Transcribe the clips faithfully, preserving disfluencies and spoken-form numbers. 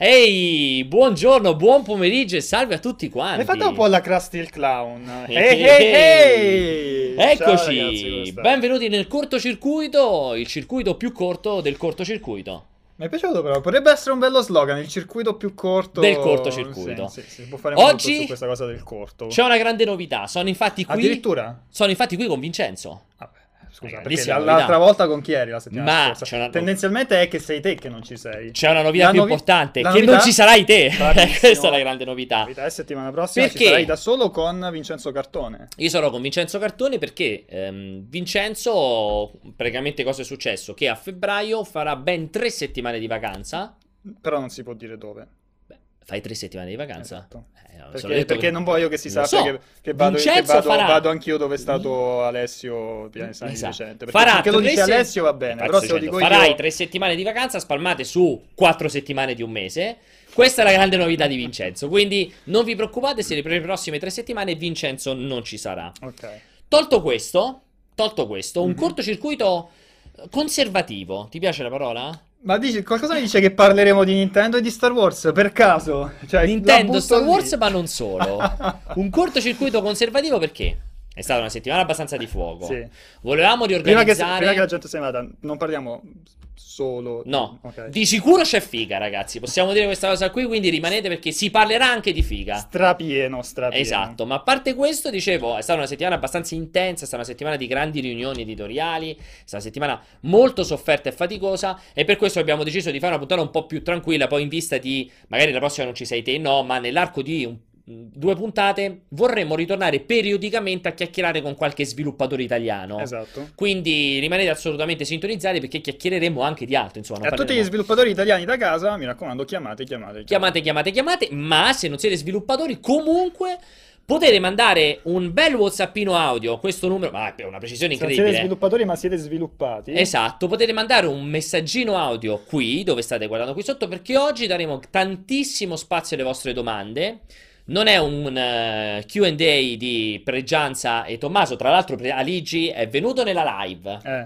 Ehi, buongiorno, buon pomeriggio e salve a tutti quanti. Hai fatto un po' la Krusty il Clown. Ehi, Ehi, ehi, ehi, ehi. Eccoci, Ciao, ragazzi, come state? benvenuti nel cortocircuito, il circuito più corto del cortocircuito. Mi è piaciuto però, potrebbe essere un bello slogan, il circuito più corto Del cortocircuito. Sì, sì, sì, si può fare molto Oggi su questa cosa del corto. c'è una grande novità, sono infatti qui, Addirittura? sono infatti qui con Vincenzo. Vabbè, scusa, Una perché grandissima l'altra novità. volta con chi eri la settimana Ma scorsa? c'è una- Tendenzialmente è che sei te che non ci sei. C'è una novità La più novi- importante, la che novità? non ci sarai te. Bravissimo. Questa è la grande novità. La novità è settimana prossima Perché? ci sarai da solo con Vincenzo Cartone. Io sarò con Vincenzo Cartone perché ehm, Vincenzo, praticamente cosa è successo? Che a febbraio farà ben tre settimane di vacanza. Però non si può dire dove. Beh, fai tre settimane di vacanza? Esatto. Eh, no, solo Perché, detto perché che- non voglio che si Lo sappia so. che, che vado, che Vincenzo vado, farà- vado anch'io dove è stato Alessio Pianesani Esatto. recente. Perché Farà finché lo tre dice se- Alessio va bene, Infatti però sto se lo dicendo, dico farai io... tre settimane di vacanza spalmate su quattro settimane di un mese. Questa è la grande novità di Vincenzo. Quindi non vi preoccupate se per le prossime tre settimane Vincenzo non ci sarà. Ok. Tolto questo, tolto questo, un Mhm. cortocircuito conservativo. Ti piace la parola? Ma dici, qualcosa mi dice che parleremo di Nintendo e di Star Wars, per caso? Cioè, la Nintendo, butto Star lì. Wars, ma non solo. Un cortocircuito conservativo perché è stata una settimana abbastanza di fuoco. Sì. Volevamo Prima che, riorganizzare. prima che la gente se ne vada, non parliamo solo... No, Ok. di sicuro c'è figa, ragazzi. Possiamo dire questa cosa qui, quindi rimanete perché si parlerà anche di figa. Strapieno, strapieno. Esatto, ma a parte questo, dicevo, è stata una settimana abbastanza intensa, è stata una settimana di grandi riunioni editoriali, è stata una settimana molto sofferta e faticosa e per questo abbiamo deciso di fare una puntata un po' più tranquilla, poi in vista di, magari la prossima non ci sei te, no, ma nell'arco di un- due puntate vorremmo ritornare periodicamente a chiacchierare con qualche sviluppatore italiano. Esatto. Quindi rimanete assolutamente sintonizzati perché chiacchiereremo anche di altro, insomma. E non a tutti gli parleremo- sviluppatori italiani da casa, mi raccomando, chiamate, chiamate. Chiamate, chiamate, chiamate, ma se non siete sviluppatori, comunque potete mandare un bel WhatsAppino audio, questo numero, ma è una precisione Se non incredibile. siete sviluppatori ma siete sviluppati. Esatto, potete mandare un messaggino audio qui, dove state guardando qui sotto, perché oggi daremo tantissimo spazio alle vostre domande. Non è un eh, Q and A di Pregianza e Tommaso, tra l'altro Pre- Aligi è venuto nella live. Eh.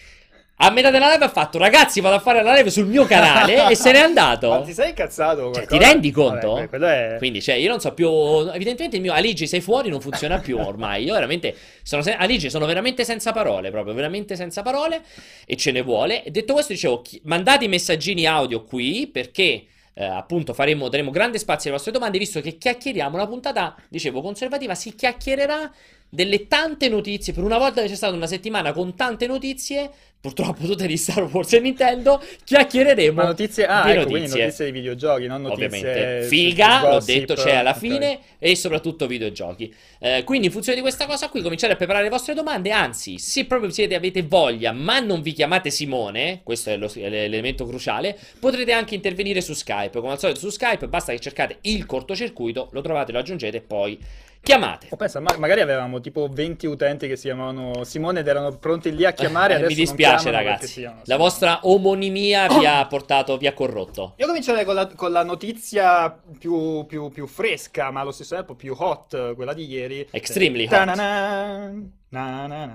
A metà della live ha fatto, ragazzi, vado a fare la live sul mio canale e se n'è andato. Ma ti sei incazzato? Cioè, qualcosa? ti rendi conto? Vabbè, quello è... Quindi, cioè, io non so più. Evidentemente il mio Aligi sei fuori non funziona più ormai. Io veramente. Sono se- Aligi sono veramente senza parole. Proprio veramente senza parole. E ce ne vuole. E detto questo, dicevo, chi- mandate i messaggini audio qui perché. eh, appunto faremo, daremo grande spazio alle vostre domande, visto che chiacchieriamo una puntata, dicevo, conservativa, si chiacchiererà delle tante notizie. Per una volta che c'è stata una settimana con tante notizie, purtroppo tutte di Star Wars e Nintendo, chiacchiereremo Ma notizie... Ah, di ecco, quindi notizie. notizie di videogiochi, non notizie... Ovviamente, figa, l'ho gossip, detto, c'è alla ok. fine, e soprattutto videogiochi. Eh, quindi, in funzione di questa cosa qui, cominciate a preparare le vostre domande. Anzi, se proprio siete, avete voglia, ma non vi chiamate Simone, questo è, lo- è l'elemento cruciale, potrete anche intervenire su Skype. Come al solito, su Skype basta che cercate il cortocircuito, lo trovate, lo aggiungete e poi chiamate. Oh, pensa, ma- magari avevamo tipo venti utenti che si chiamavano Simone ed erano pronti lì a chiamare. Eh, adesso mi non dispiace, chiamano perché ragazzi. si chiamano La Simone. vostra omonimia vi ha portato, vi ha corrotto. Io comincerei con la, con la notizia più, più, più fresca, ma allo stesso tempo più hot, quella di ieri. Extremely hot. Ta-na-na, na-na-na.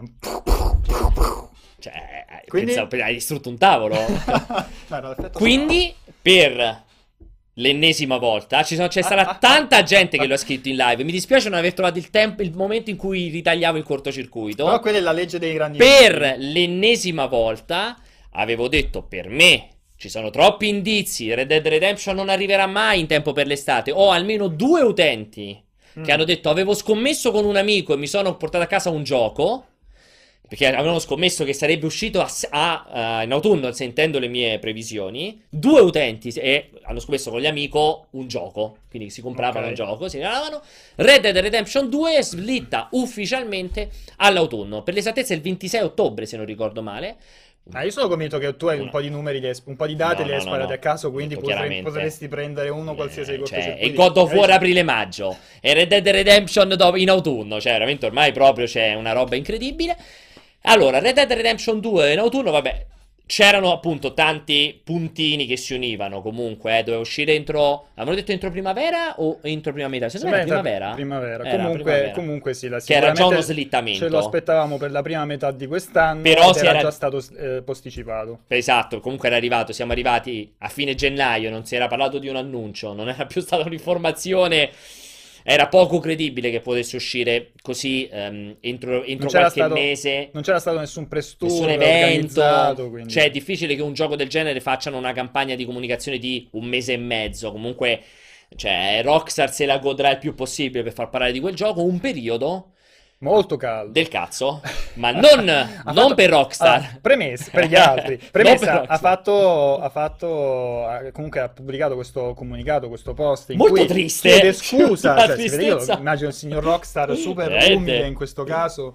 Cioè, eh, Quindi? pensavo- hai distrutto un tavolo. No, no, l'effetto Quindi, per l'ennesima volta, ci sono- c'è stata tanta gente che lo ha scritto in live. Mi dispiace non aver trovato il tempo, il momento in cui ritagliavo il cortocircuito. sonoro. Però quella è la legge dei grandi Per l'ennesima volta avevo detto, per me ci sono troppi indizi, Red Dead Redemption non arriverà mai in tempo per l'estate. Ho almeno due utenti che Mm. hanno detto avevo scommesso con un amico e mi sono portato a casa un gioco. Perché avevano scommesso che sarebbe uscito a, a- a- in autunno, sentendo le mie previsioni. Due utenti e hanno scommesso con l'amico un gioco. Quindi si compravano Ok. un gioco, si regalavano. Red Dead Redemption due slitta ufficialmente all'autunno. Per l'esattezza il ventisei ottobre, se non ricordo male. Ah, io sono convinto che tu hai un Una- po' di numeri, che hai- un po' di date, No, le hai no, no, sparate no. a caso, quindi Detto potrei- chiaramente. potresti prendere uno qualsiasi Eh, cioè, cortocircuito. e God of War Magari- aprile-maggio e Red Dead Redemption do- in autunno. Cioè, veramente ormai proprio c'è una roba incredibile. Allora, Red Dead Redemption due in autunno, vabbè, C'erano appunto tanti puntini che si univano comunque, eh, doveva uscire entro, avevano detto entro primavera o entro prima metà? Secondo me era Sembra primavera? primavera. Era Comunque, primavera. comunque sì, la- Che era già uno sicuramente ce lo slittamento. aspettavamo per la prima metà di quest'anno Però ed si era era... già stato eh, posticipato. Esatto, comunque era arrivato, siamo arrivati a fine gennaio, non si era parlato di un annuncio, non era più stata un'informazione, era poco credibile che potesse uscire così ehm, entro, Non entro c'era qualche stato, mese, non c'era stato nessun press tour nessun evento, organizzato, quindi... cioè è difficile che un gioco del genere facciano una campagna di comunicazione di un mese e mezzo, comunque, cioè Rockstar se la godrà il più possibile per far parlare di quel gioco, un periodo Molto caldo. del cazzo, ma non, Ha non fatto- per Rockstar. ah, premessa, per gli altri. Non Premessa, per ha Rockstar. fatto, ha fatto, ha- comunque ha pubblicato questo comunicato, questo post in Molto cui triste. chiede scusa. La Cioè, si vede, io tristezza. immagino il signor Rockstar super Veramente. umile in questo caso.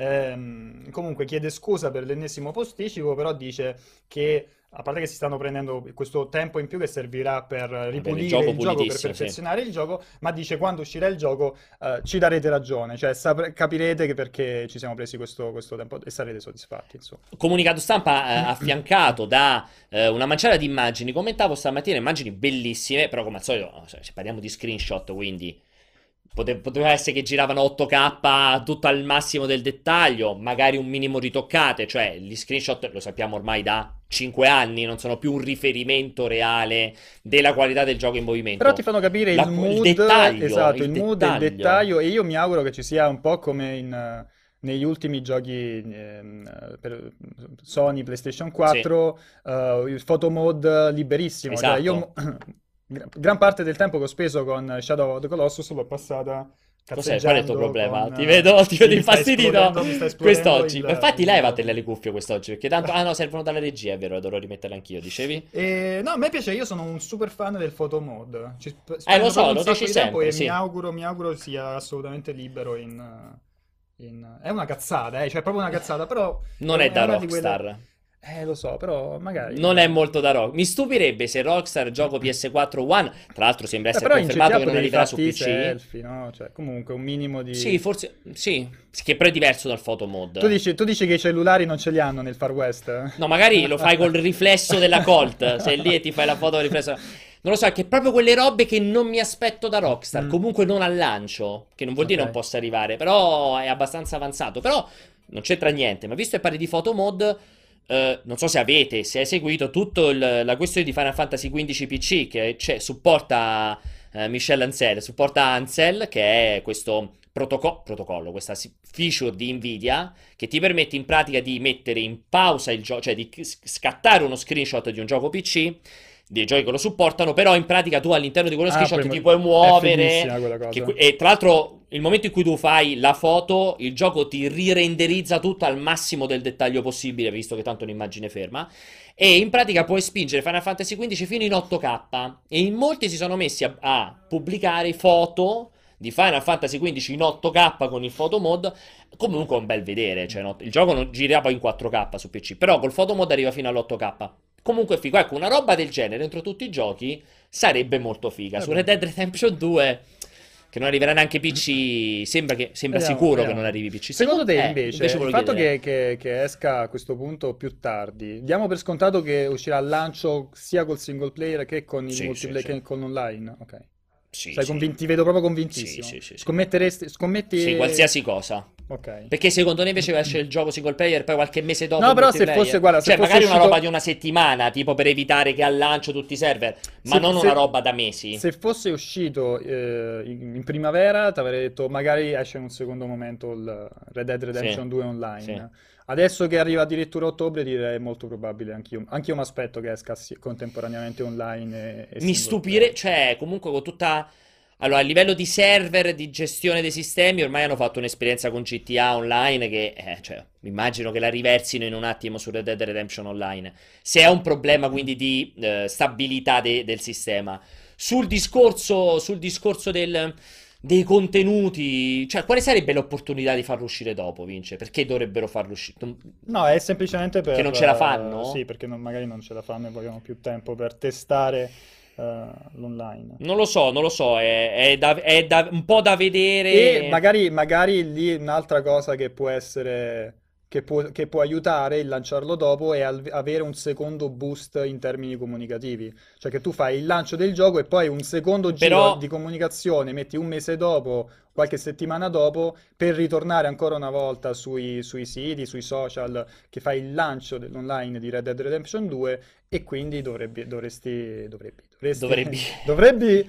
Ehm, comunque chiede scusa per l'ennesimo posticipo, però dice che a parte che si stanno prendendo questo tempo in più che servirà per ripulire gioco il gioco, per pulitissimo, sì. perfezionare il gioco, ma dice quando uscirà il gioco eh, ci darete ragione, cioè sapre- capirete che perché ci siamo presi questo, questo tempo e sarete soddisfatti, insomma. Comunicato stampa eh, affiancato da eh, una manciata di immagini. Commentavo stamattina immagini bellissime, però come al solito, cioè, se parliamo di screenshot, quindi pote- poteva essere che giravano otto K tutto al massimo del dettaglio, magari un minimo ritoccate, cioè gli screenshot lo sappiamo ormai da cinque anni, non sono più un riferimento reale della qualità del gioco in movimento. Però ti fanno capire La- il il mood, dettaglio, esatto, il il mood e il dettaglio. dettaglio, e io mi auguro che ci sia un po' come in, eh, negli ultimi giochi ehm, eh, per Sony PlayStation quattro, eh, il photo mode liberissimo, cioè io Esatto. gra- gran parte del tempo che ho speso con Shadow of the Colossus l'ho passata Cos'è? Qual è il tuo cazzeggiando problema? con... Ti eh, vedo, ti sì, vedo mi sta infastidito esplodendo, mi sta esplodendo quest'oggi. il- Ma infatti il- levatele le cuffie quest'oggi, perché tanto... Ah no, servono dalla regia, è vero, dovrò rimetterle anch'io, dicevi? E, no, a me piace, io sono un super fan del photo mode. Ci sp- Eh, lo spendo so, proprio un lo sacco dici di tempo sempre, e sì. mi auguro, mi auguro sia assolutamente libero in, in- È una cazzata, eh, cioè è proprio una cazzata, però Non è è da una di quelle- Rockstar. Eh, lo so, però magari... Non è molto da rock. Mi stupirebbe se Rockstar gioco P S quattro One, tra l'altro sembra Beh, essere però in confermato C T A che non potevi arriverà su farti i P C. selfie, no? Cioè, comunque un minimo di... Sì, forse sì, che però è diverso dal photo mode. Tu dici, tu dici che i cellulari non ce li hanno nel Far West? No, magari lo fai col riflesso della Colt, sei lì e ti fai la foto del riflesso. Non lo so, è che è proprio quelle robe che non mi aspetto da Rockstar, Mm. comunque non al lancio, che non vuol dire Ok. non possa arrivare, però è abbastanza avanzato. Però non c'entra niente, ma visto che parli di photo mode, eh, non so se avete, se hai seguito tutta la questione di Final Fantasy quindici P C, che c'è, supporta eh, Michel Ancel, supporta Ansel, che è questo protoco- protocollo, questa si- feature di Nvidia, che ti permette in pratica di mettere in pausa il gioco, cioè di s- scattare uno screenshot di un gioco P C, dei giochi che lo supportano, però in pratica tu all'interno di quello Ah, screenshot puoi ti mo- puoi è muovere. fighissima quella cosa. che que- e tra l'altro, il momento in cui tu fai la foto, il gioco ti rirenderizza tutto al massimo del dettaglio possibile, visto che tanto è un'immagine ferma. E in pratica puoi spingere Final Fantasy quindici fino in otto K. E in molti si sono messi a, a pubblicare foto di Final Fantasy quindici in otto K con il photo mode. Comunque è un bel vedere. Cioè, no, il gioco non gira poi in quattro K su P C, però col photo mode arriva fino all'otto K. Comunque è figo. Ecco, una roba del genere dentro tutti i giochi sarebbe molto figa. Su Red Dead Redemption due, che non arriverà neanche P C, sembra, che, sembra Vediamo, sicuro vediamo. che non arrivi P C. Secondo te, eh, invece, invece il volevo fatto chiedere. che, che- che esca a questo punto più tardi, diamo per scontato che uscirà al lancio sia col single player che con il Sì, multiplayer sì, sì. che con online? Ok. Sì, Sei sì. convinti, ti vedo proprio convintissimo. Sì, sì, sì, sì. Scommetteresti, scommetti... Sì, qualsiasi cosa. Ok. Perché secondo me invece va a essere il gioco single player poi qualche mese dopo No, il però se multiplayer. fosse, guarda, se Cioè fosse magari una uscito- roba di una settimana, tipo per evitare che al lancio tutti i server, ma Se- non se- una roba da mesi. Se fosse uscito eh, in, in primavera, ti avrei detto magari esce in un secondo momento il Red Dead Redemption Sì, due online. sì. Adesso che arriva addirittura a ottobre, direi molto probabile anch'io. Anch'io mi aspetto che esca assi- contemporaneamente online e, e Mi single stupire, player. cioè comunque con tutta... Allora, a livello di server, di gestione dei sistemi, ormai hanno fatto un'esperienza con G T A Online che, eh, cioè, immagino che la riversino in un attimo su Red Dead Redemption Online. Se è un problema quindi di eh, stabilità de- del sistema. Sul discorso, sul discorso del, dei contenuti, cioè, quale sarebbe l'opportunità di farlo uscire dopo, Vince? Perché dovrebbero farlo uscire? Non- No, è semplicemente per... Che non ce la eh, fanno? sì, perché non- magari non ce la fanno e vogliono più tempo per testare eh, l'online. Non lo so, non lo so, è, è da- è da- un po' da vedere. E magari, magari lì un'altra cosa che può essere, che può, che può aiutare il lanciarlo dopo e al- avere un secondo boost in termini comunicativi. Cioè che tu fai il lancio del gioco e poi un secondo giro Però di comunicazione, metti un mese dopo, qualche settimana dopo, per ritornare ancora una volta sui, sui siti, sui social, che fai il lancio dell'online di Red Dead Redemption due e quindi dovrebbe, dovresti, dovrebbe, dovresti, dovrebbe... dovrebbe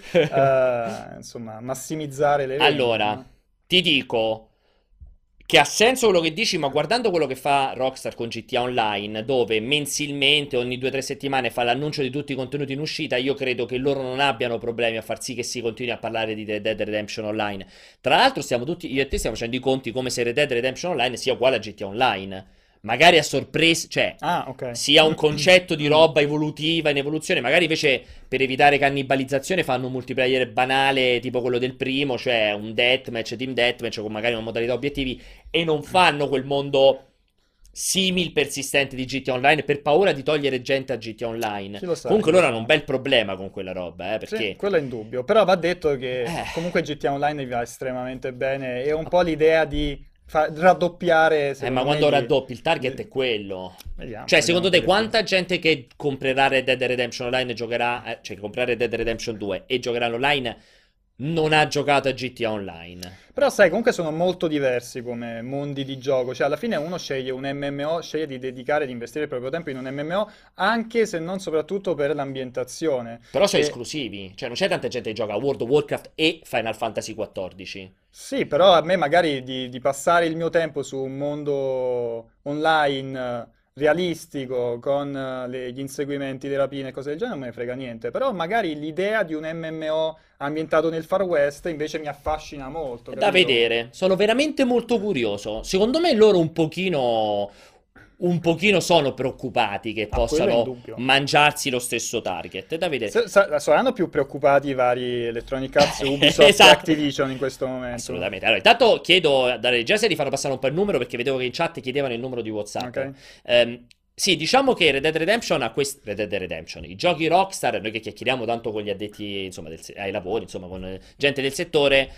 eh, insomma, massimizzare le vendite, Allora, no? ti dico che ha senso quello che dici, ma guardando quello che fa Rockstar con G T A Online, dove mensilmente, ogni due o tre settimane fa l'annuncio di tutti i contenuti in uscita, io credo che loro non abbiano problemi a far sì che si continui a parlare di Red Dead Redemption Online. Tra l'altro stiamo tutti, io e te stiamo facendo i conti come se Red Dead Redemption Online sia uguale a G T A Online. Magari a sorpresa, cioè Ah, ok. sia un concetto di Mm. roba evolutiva in evoluzione, magari invece per evitare cannibalizzazione fanno un multiplayer banale tipo quello del primo, cioè un deathmatch, team deathmatch con magari una modalità obiettivi e non fanno quel mondo simil persistente di G T A Online per paura di togliere gente a G T A Online. Chi lo sa, Comunque chi lo loro hanno sa. un bel problema con quella roba, eh, Sì, perché quello è indubbio, però va detto che eh, comunque G T A Online vi va estremamente bene e un po' l'idea di fa- raddoppiare, eh, ma secondo me, quando gli... raddoppi il target è gli- quello. Vediamo, Cioè, vediamo secondo un te pochettino. quanta gente che comprerà Red Dead Redemption Online e giocherà, eh, cioè che comprerà Red Dead Redemption due e giocherà online non ha giocato a G T A Online? Però sai, comunque sono molto diversi come mondi di gioco, cioè alla fine uno sceglie un M M O, sceglie di dedicare, di investire il proprio tempo in un M M O, anche se non soprattutto per l'ambientazione. Però sono E esclusivi, cioè non c'è tanta gente che gioca a World of Warcraft e Final Fantasy quattordici. sì, però a me magari di, di passare il mio tempo su un mondo online eh, realistico con eh, le- gli inseguimenti, le rapine e cose del genere non me ne frega niente. Però magari l'idea di un M M O ambientato nel Far West invece mi affascina molto, È da capito? vedere, sono veramente molto curioso. Secondo me loro un pochino, un pochino sono preoccupati che Ah, quello è possano indubbio. mangiarsi lo stesso target. È da vedere. Se- sa- saranno più preoccupati i vari Electronic Arts, Ubisoft e Esatto. Activision in questo momento. Assolutamente. Allora, intanto chiedo dalla regia se li fanno passare un po' il numero perché vedevo che in chat chiedevano il numero di WhatsApp. Ok? Ehm, sì, diciamo che Red Dead Redemption ha quest- Red Dead Redemption, i giochi Rockstar, noi che chiacchieriamo tanto con gli addetti, insomma, del se- ai lavori, insomma, con eh, gente del settore,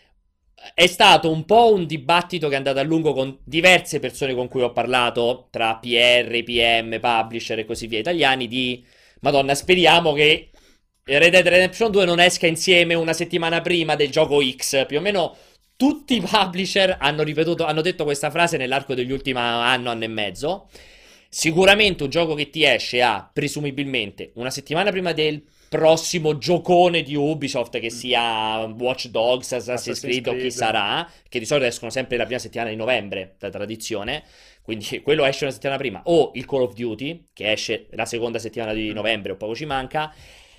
è stato un po' un dibattito che è andato a lungo con diverse persone con cui ho parlato, tra P R, P M, publisher e così via, italiani, di Madonna, speriamo che Red Dead Redemption due non esca insieme una settimana prima del gioco X. Più o meno tutti i publisher hanno ripetuto, hanno detto questa frase nell'arco degli ultimi anno, anno e mezzo. Sicuramente un gioco che ti esce a, presumibilmente, una settimana prima del prossimo giocone di Ubisoft, che Mm. sia Watch Dogs, Assassin's Assassin's Creed o chi Creed. sarà, che di solito escono sempre la prima settimana di novembre, da tradizione, quindi quello esce una settimana prima, o il Call of Duty, che esce la seconda settimana di Mm. novembre o poco ci manca.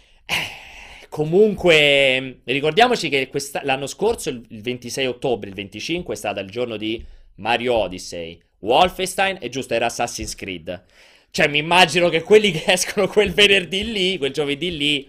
Eh, Comunque, ricordiamoci che questa- l'anno scorso, il il ventisei ottobre, il venticinque, è stato il giorno di Mario Odyssey, Wolfenstein e giusto, era Assassin's Creed. Cioè, mi immagino che quelli che escono quel venerdì lì, quel giovedì lì.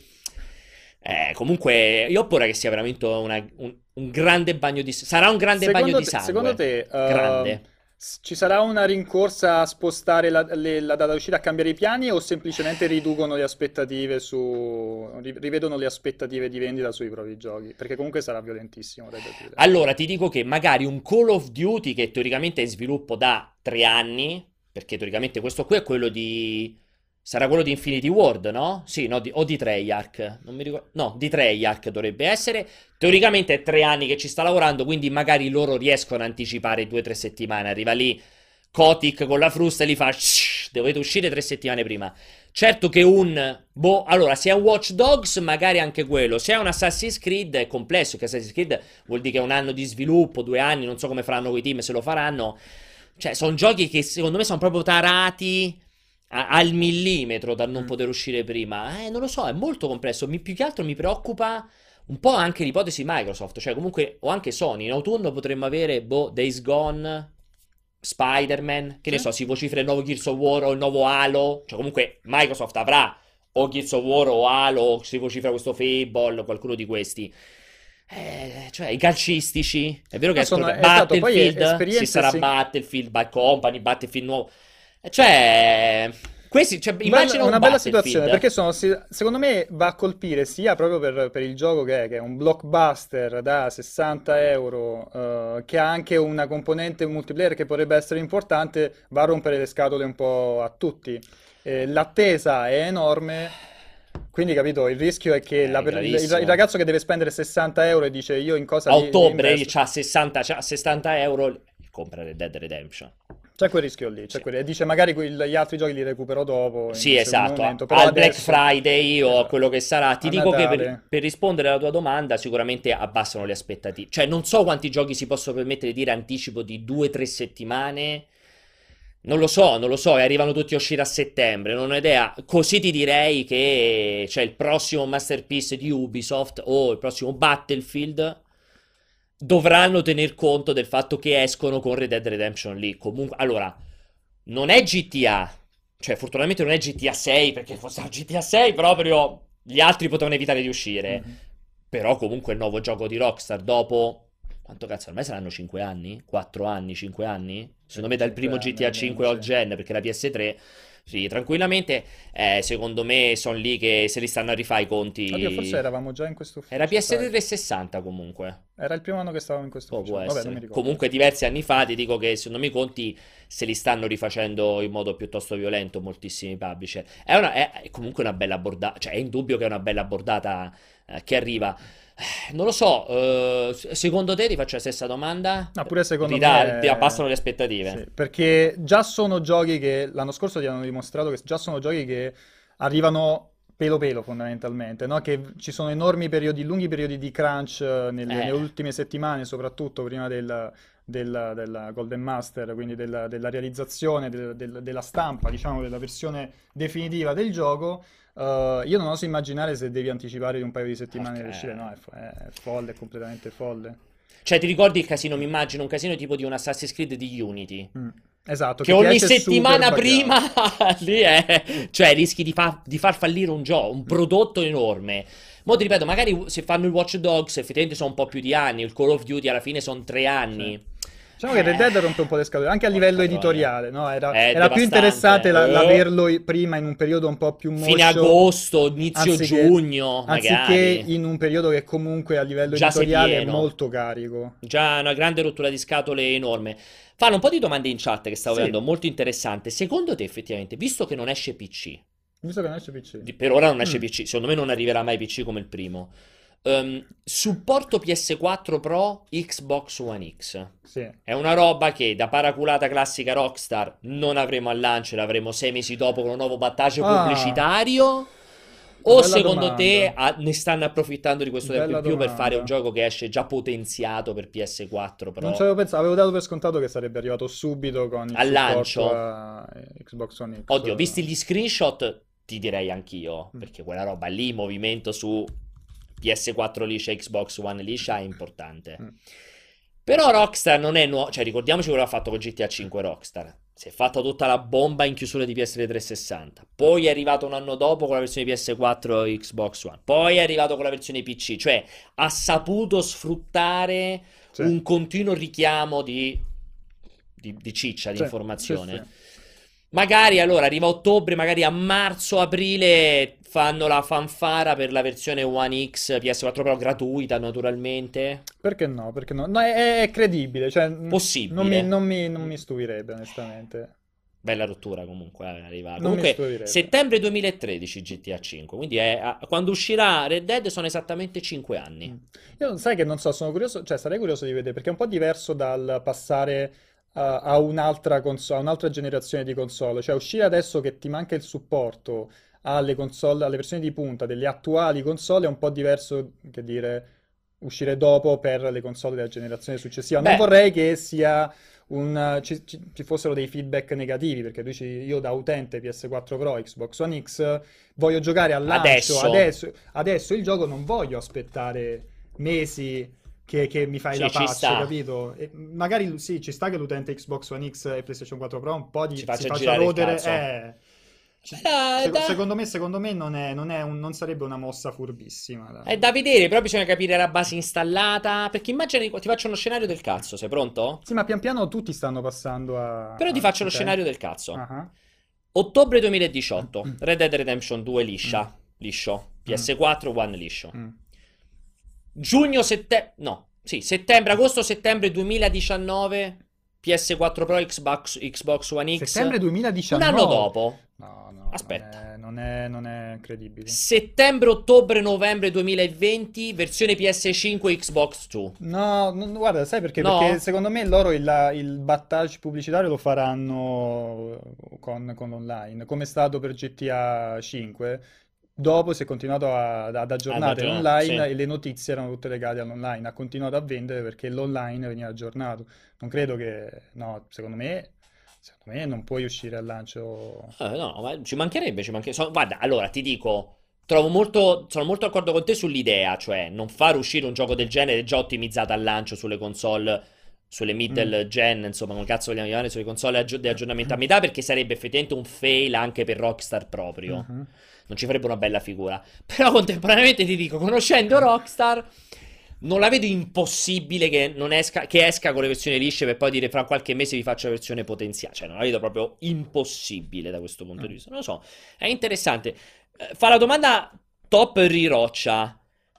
Eh, comunque, io ho paura che sia veramente una- un, un grande bagno di. Sarà un grande bagno Secondo di te, secondo sangue. te, ehm, Grande. s- ci sarà una rincorsa a spostare la, le- la data d'uscita, a cambiare i piani o semplicemente riducono le aspettative su, ri- rivedono le aspettative di vendita sui propri giochi? Perché comunque sarà violentissimo Red Dead Redemption. Allora, ti dico che magari un Call of Duty che teoricamente è in sviluppo da tre anni, perché teoricamente questo qui è quello di. Sarà quello di Infinity Ward, no? Sì, no, di- o di Treyarch. Non mi ricordo. No, di Treyarch dovrebbe essere. Teoricamente è tre anni che ci sta lavorando, quindi magari loro riescono a anticipare due o tre settimane. Arriva lì Kotick con la frusta e li fa. "Shh, dovete uscire tre settimane prima. Certo che un. Boh, allora, se è un Watch Dogs, magari anche quello. Se è un Assassin's Creed è complesso, che Assassin's Creed vuol dire che è un anno di sviluppo, due anni, non so come faranno quei team, se lo faranno. Cioè, sono giochi che secondo me sono proprio tarati a- al millimetro da non Mm. poter uscire prima. Eh, non lo so, è molto complesso. Mi- più che altro mi preoccupa un po' anche l'ipotesi Microsoft, cioè comunque, o anche Sony. In autunno potremmo avere, boh, Days Gone, Spider-Man, che Sì? ne so, si vocifera il nuovo Gears of War o il nuovo Halo. Cioè comunque Microsoft avrà o Gears of War o Halo, o si vocifera questo Fable, qualcuno di questi. Eh, cioè, i calcistici. È vero che No, escono sono, per esatto, poi eh, Battlefield, ci esperienze sarà sing- Battlefield, Bad Company, Battlefield nuovo. Eh, Cioè, Questi, cioè, Bella- immagina una un bella situazione, Battlefield. perché sono, si- secondo me va a colpire sia proprio per, per il gioco che è, che è un blockbuster da sessanta euro, eh, che ha anche una componente multiplayer che potrebbe essere importante, va a rompere le scatole un po' a tutti. Eh, l'attesa è enorme, quindi capito, il rischio è che la È per- il, il gravissimo. ragazzo che deve spendere sessanta euro e dice io in cosa A li, li ottobre investo. c'ha sessanta, c'ha sessanta euro, compra Red Dead Redemption. C'è quel rischio lì, c'è Sì. quel- e dice magari quel- gli altri giochi li recupero dopo, in Sì, un secondo esatto, momento, però al Black adesso... Friday o a Esatto. quello che sarà. Ti A dico che per, Natale. per rispondere alla tua domanda, sicuramente abbassano le aspettative. Cioè, non so quanti giochi si possono permettere di dire anticipo di due tre settimane. Non lo so, non lo so, e arrivano tutti a uscire a settembre, non ho idea. Così ti direi che c'è il prossimo masterpiece di Ubisoft o il prossimo Battlefield dovranno tener conto del fatto che escono con Red Dead Redemption lì. Comunque, allora, non è G T A, cioè fortunatamente non è G T A sei, perché fosse G T A sei proprio gli altri potevano evitare di uscire. Mhm. Però comunque il nuovo gioco di Rockstar dopo... Quanto cazzo, ormai saranno cinque anni? quattro anni, cinque anni? Secondo me dal cinque primo anni G T A almeno, cinque all sì. gen, perché la P S tre, sì, tranquillamente, eh, secondo me sono lì che se li stanno a rifare i Oddio, forse conti. eravamo già in questo Era ufficio, P S tre sai? trecentosessanta comunque. Era il primo anno che stavamo in questo Oh, può ufficio. Vabbè, non mi essere. ricordo. Comunque diversi anni fa ti dico che secondo me i conti se li stanno rifacendo in modo piuttosto violento moltissimi publisher. È, una, è, è comunque una bella bordata, cioè è indubbio che è una bella bordata eh, che arriva. Eh, Non lo so, eh, secondo te ti faccio la stessa domanda? No, pure secondo Ridar- ti me, abbassano le sì, aspettative? perché già sono giochi che l'anno scorso ti hanno dimostrato che già sono giochi che arrivano pelo pelo fondamentalmente, no? Che ci sono enormi periodi, lunghi periodi di crunch eh, nelle, nelle Eh, ultime settimane, soprattutto prima del, del- della Golden Master, quindi della, della realizzazione, del- del- della stampa, diciamo, della versione definitiva del gioco. Eh, io non oso immaginare se devi anticipare di un paio di settimane l'uscita, no, ok. è, fo- è folle, è completamente folle. Cioè ti ricordi il casino, mi immagino un casino tipo di un Assassin's Creed di Unity? Mm. Esatto, Che che ti ogni esce super settimana prima buggato. lì è, cioè rischi di, fa- di far fallire un gioco, un Mm. prodotto enorme. Mo' ti ripeto, magari se fanno il Watch Dogs effettivamente sono un po' più di anni, il Call of Duty alla fine sono tre Sì. anni. Diciamo che Red Dead rompe un po' le Eh, scatole, anche a livello porca troia. editoriale, no? Era, È era più interessante devastante. la- Eh, l'averlo i- prima in un periodo un po' più Fine moscio, agosto, inizio anziché, giugno, anziché magari. in un periodo che comunque a livello Già sei editoriale è pieno. molto carico. Già una grande rottura di scatole enorme. Fanno un po' di domande in chat che stavo Sì, vedendo, molto interessante. Secondo te, effettivamente, visto che non esce P C, visto che non esce P C. di- per ora non esce Mm, P C, secondo me non arriverà mai P C come il primo. Ehm, supporto P S quattro Pro, Xbox One X. sì. È una roba che da paraculata classica Rockstar non avremo al lancio, l'avremo sei mesi dopo con un nuovo battaggio Ah, pubblicitario. O bella secondo te domanda. ah, ne stanno approfittando di questo tempo Bella in più per fare un domanda. gioco che esce già potenziato per P S quattro Non ci Pro avevo pensato, avevo dato per scontato che sarebbe arrivato subito con il al supporto lancio? a Xbox One X. Oddio, visti gli screenshot, ti direi anch'io, Mm, perché quella roba lì, movimento su P S quattro liscia, Xbox One liscia, è importante. mm. Però Rockstar non è nuovo, cioè ricordiamoci quello che ha fatto con G T A cinque Rockstar. Si è fatta tutta la bomba in chiusura di P S trecentosessanta. Poi è arrivato un anno dopo con la versione P S quattro e Xbox One. Poi è arrivato con la versione P C. Cioè ha saputo sfruttare Sì, un continuo richiamo di, di, di ciccia, di sì, sì, sì. informazione. Magari allora arriva ottobre, magari a marzo, aprile fanno la fanfara per la versione One X P S quattro Pro gratuita, naturalmente. Perché no? Perché no? No, è, è credibile, cioè mh, non mi, Possibile. non mi- non mi stupirebbe onestamente. Bella rottura comunque eh, arriva. Non mi Comunque stupirebbe. settembre duemilatredici G T A cinque, quindi è, a- quando uscirà Red Dead sono esattamente cinque anni. Mm. Io sai che non so, sono curioso, cioè sarei curioso di vedere perché è un po' diverso dal passare a, a un'altra console, a un'altra generazione di console, cioè uscire adesso che ti manca il supporto alle console, alle versioni di punta delle attuali console è un po' diverso che dire uscire dopo per le console della generazione successiva. Non Beh, vorrei che sia un, ci, ci- ci fossero dei feedback negativi, perché tu dici io da utente P S quattro Pro, Xbox One X, voglio giocare al lancio, adesso adesso, adesso il gioco non voglio aspettare mesi che, che mi fai sì, la ci patch, sta. capito? E magari sì, ci sta che l'utente Xbox One X e PlayStation quattro Pro un po' Ci di, si faccia faccia girare il rodere, cazzo. eh, ci- Eh, seco- da- secondo me, secondo me non è, non è un- non sarebbe una mossa furbissima. da- È da vedere, però bisogna capire la base installata. Perché immagini, ti faccio uno scenario del cazzo, sei pronto? Sì, ma pian piano tutti stanno passando a... Però ti a- faccio lo ok. scenario del cazzo. Ah, Ottobre duemiladiciotto, Red Dead Redemption due liscia, Mm. liscio, Mm. P S quattro One liscio. Mm. Giugno, settembre, no, sì, settembre, agosto, settembre duemiladiciannove, P S quattro Pro, Xbox, Xbox One X. Settembre Un duemiladiciannove. anno dopo, No, no, aspetta. non è, non è, non è credibile. Settembre, ottobre, novembre duemilaventi, versione P S cinque, Xbox due. No, no, guarda, sai perché? No? Perché secondo me loro il, il battage pubblicitario lo faranno con, con l'online, come è stato per G T A cinque. Dopo si è continuato a- ad aggiornare aggiornare, l'online sì. e le notizie erano tutte legate all'online. Ha continuato a vendere perché l'online veniva aggiornato. Non credo che... No, secondo me, secondo me non puoi uscire al lancio... Eh, no, ma ci mancherebbe, ci mancherebbe. So- guarda, allora ti dico, trovo molto, sono molto d'accordo con te sull'idea, cioè non far uscire un gioco del genere già ottimizzato al lancio sulle console, sulle Mm. middle gen, insomma, come cazzo vogliamo chiamare, sulle console aggi- di aggiornamento a metà, perché sarebbe effettivamente un fail anche per Rockstar proprio. Mhm. Non ci farebbe una bella figura. Però contemporaneamente ti dico, conoscendo Rockstar, non la vedo impossibile che, non esca, che esca con le versioni lisce per poi dire fra qualche mese vi faccio la versione potenziale. Cioè, non la vedo proprio impossibile da questo punto di Mm. vista. Non lo so, è interessante. Eh, Fa la domanda top Riroccia.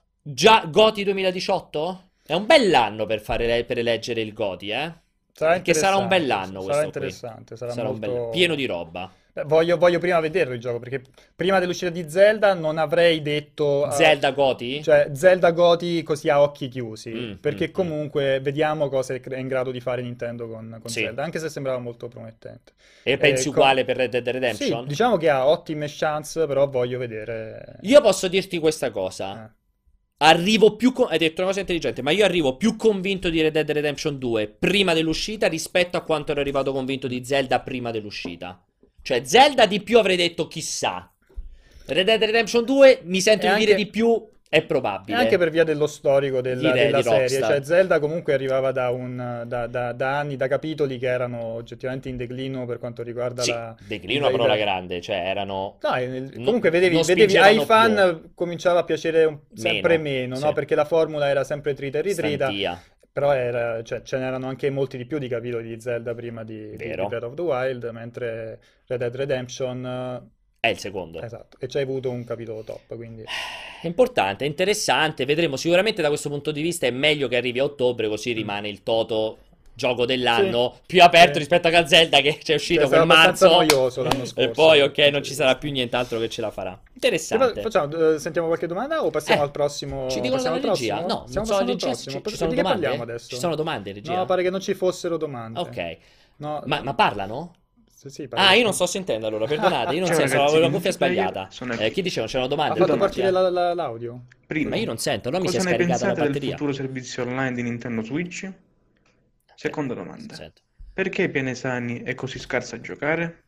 Già Goti duemiladiciotto? È un bell'anno per, fare, le- per eleggere il Goti, eh? Sarà Perché sarà un interessante, bell'anno sarà questo qui. interessante, sarà Sarà un bel... molto... pieno di roba. Beh, voglio, voglio prima vederlo il gioco, perché prima dell'uscita di Zelda non avrei detto... eh, Zelda Goti? cioè, Zelda Goti così a occhi chiusi, Mm, perché mm, mm. comunque vediamo cosa è è in grado di fare Nintendo con, con Sì. Zelda, anche se sembrava molto promettente. E pensi Eh, co- uguale per Red Dead Sì, Redemption? diciamo che ha ottime chance, però voglio vedere... Io posso dirti questa cosa. eh. Arrivo più... con- Hai detto una cosa intelligente, ma io arrivo più convinto di Red Dead Redemption due prima dell'uscita rispetto a quanto ero arrivato convinto di Zelda prima dell'uscita. Cioè, Zelda di più avrei detto chissà. Red Dead Redemption due mi sento E di dire anche- di più, è E probabile. anche per via dello storico del- Di Re- della di serie, Rockstar. cioè Zelda comunque arrivava da, un, da, da- da anni, da capitoli che erano oggettivamente in declino per quanto riguarda Sì, la... declino è il- una parola il- grande, cioè erano... No, e nel- no- comunque vedevi, non vedevi ai spingevano fan cominciava a piacere un- sempre Meno, meno, sì. no? Perché la formula era sempre trita e ritrita, Stantia. però era, cioè, ce n'erano anche molti di più di capitoli di Zelda prima di, di- di Vero. Breath of the Wild, mentre Red Dead Redemption, È il secondo. eh, esatto, e ci hai avuto un capitolo top, quindi... È importante, è interessante, vedremo sicuramente da questo punto di vista è meglio che arrivi a ottobre così rimane il toto gioco dell'anno più aperto Sì. rispetto a Zelda che c'è uscito È stato quel abbastanza marzo noioso l'anno e scorso. poi ok non ci sarà più nient'altro che ce la farà. Che fa- Interessante. Facciamo, eh, sentiamo qualche domanda o passiamo Eh, al prossimo? Ci dicono passiamo dalla al regia? prossimo? No, Stiamo non so, passando al regia, prossimo. ci, Per- ci sono di che domande? parliamo adesso? Ci sono domande, regia? No, pare che non ci fossero domande. Ok. No, Ma, ma parlano? sì, sì, pare Ah, che io sì. non sto sentendo allora, perdonate, io non Ciao sento, ragazzi, avevo la in cuffia multiplayer sbagliata. sono Eh, qui. chi diceva? C'erano Ha domande? fatto Allora, partire la- la- l'audio. Primo, Ma io non sento, allora mi si è cosa ne scaricata la pensate del batteria. futuro servizio online di Nintendo Switch? Seconda domanda. Sento. Perché Pianesani è così scarsa a giocare?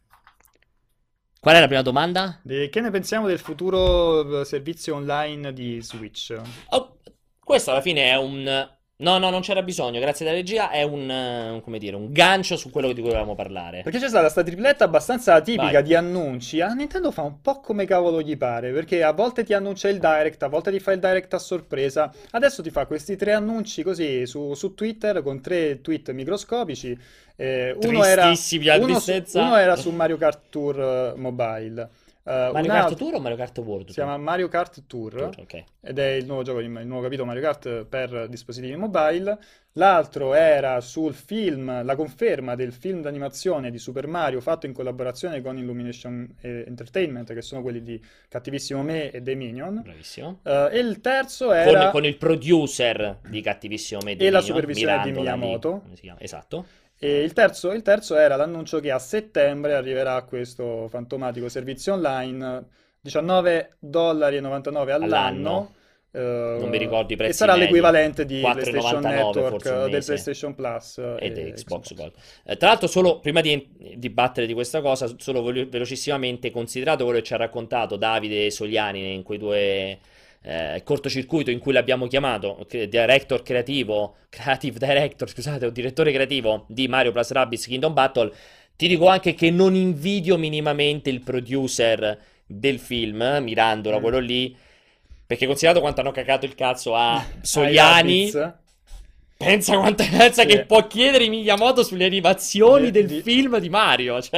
Qual è la prima domanda? Di- che ne pensiamo del futuro eh, servizio online di Switch? Oh, questo alla fine è un... No, no, non c'era bisogno, grazie alla regia, è un, eh, un, come dire, un gancio su quello di cui volevamo parlare. Perché c'è stata sta tripletta abbastanza tipica Vai. di annunci. A Nintendo fa un po' come cavolo gli pare, perché a volte ti annuncia il direct, a volte ti fa il direct a sorpresa. Adesso ti fa questi tre annunci così su, su Twitter con tre tweet microscopici. Eh, uno era, Tristissimi, la uno, su, tristezza. uno era su Mario Kart Tour eh, Mobile. Eh, Mario un Kart altro- Tour o Mario Kart World? Si chiama Mario Kart Tour. Tour, ok. Ed è il nuovo gioco, di- il nuovo capitolo Mario Kart per dispositivi mobile. L'altro era sul film, la conferma del film d'animazione di Super Mario fatto in collaborazione con Illumination eh, Entertainment, che sono quelli di Cattivissimo Me e The Minion. Bravissimo. Eh, e il terzo Con, era con il producer di Cattivissimo Me E la Minion, supervisione di Mirandola lì. Miyamoto. Come si chiama? Esatto. e il terzo, il terzo era l'annuncio che a settembre arriverà questo fantomatico servizio online, diciannove dollari e novantanove all'anno. All'anno. eh, Non mi ricordo i prezzi E sarà medi. l'equivalente di quattro e PlayStation novantanove Network, forse un eh, del mese. PlayStation Plus eh, Ed e è Xbox Gold. Eh, tra l'altro, solo prima di dibattere di questa cosa, solo velo- velocissimamente, considerato quello che ci ha raccontato Davide Soliani in quei due eh, cortocircuito in cui l'abbiamo chiamato, cre- director creativo, creative director, scusate, o direttore creativo di Mario Plus Rabbids Kingdom Battle, ti dico anche che non invidio minimamente il producer del film, Mirandola, Mm. quello lì, perché considerato quanto hanno cagato il cazzo a Ai Soliani. Rabbids. Pensa quanta pensa Sì. che può chiedere Miyamoto sulle animazioni Di- del di- film di Mario, cioè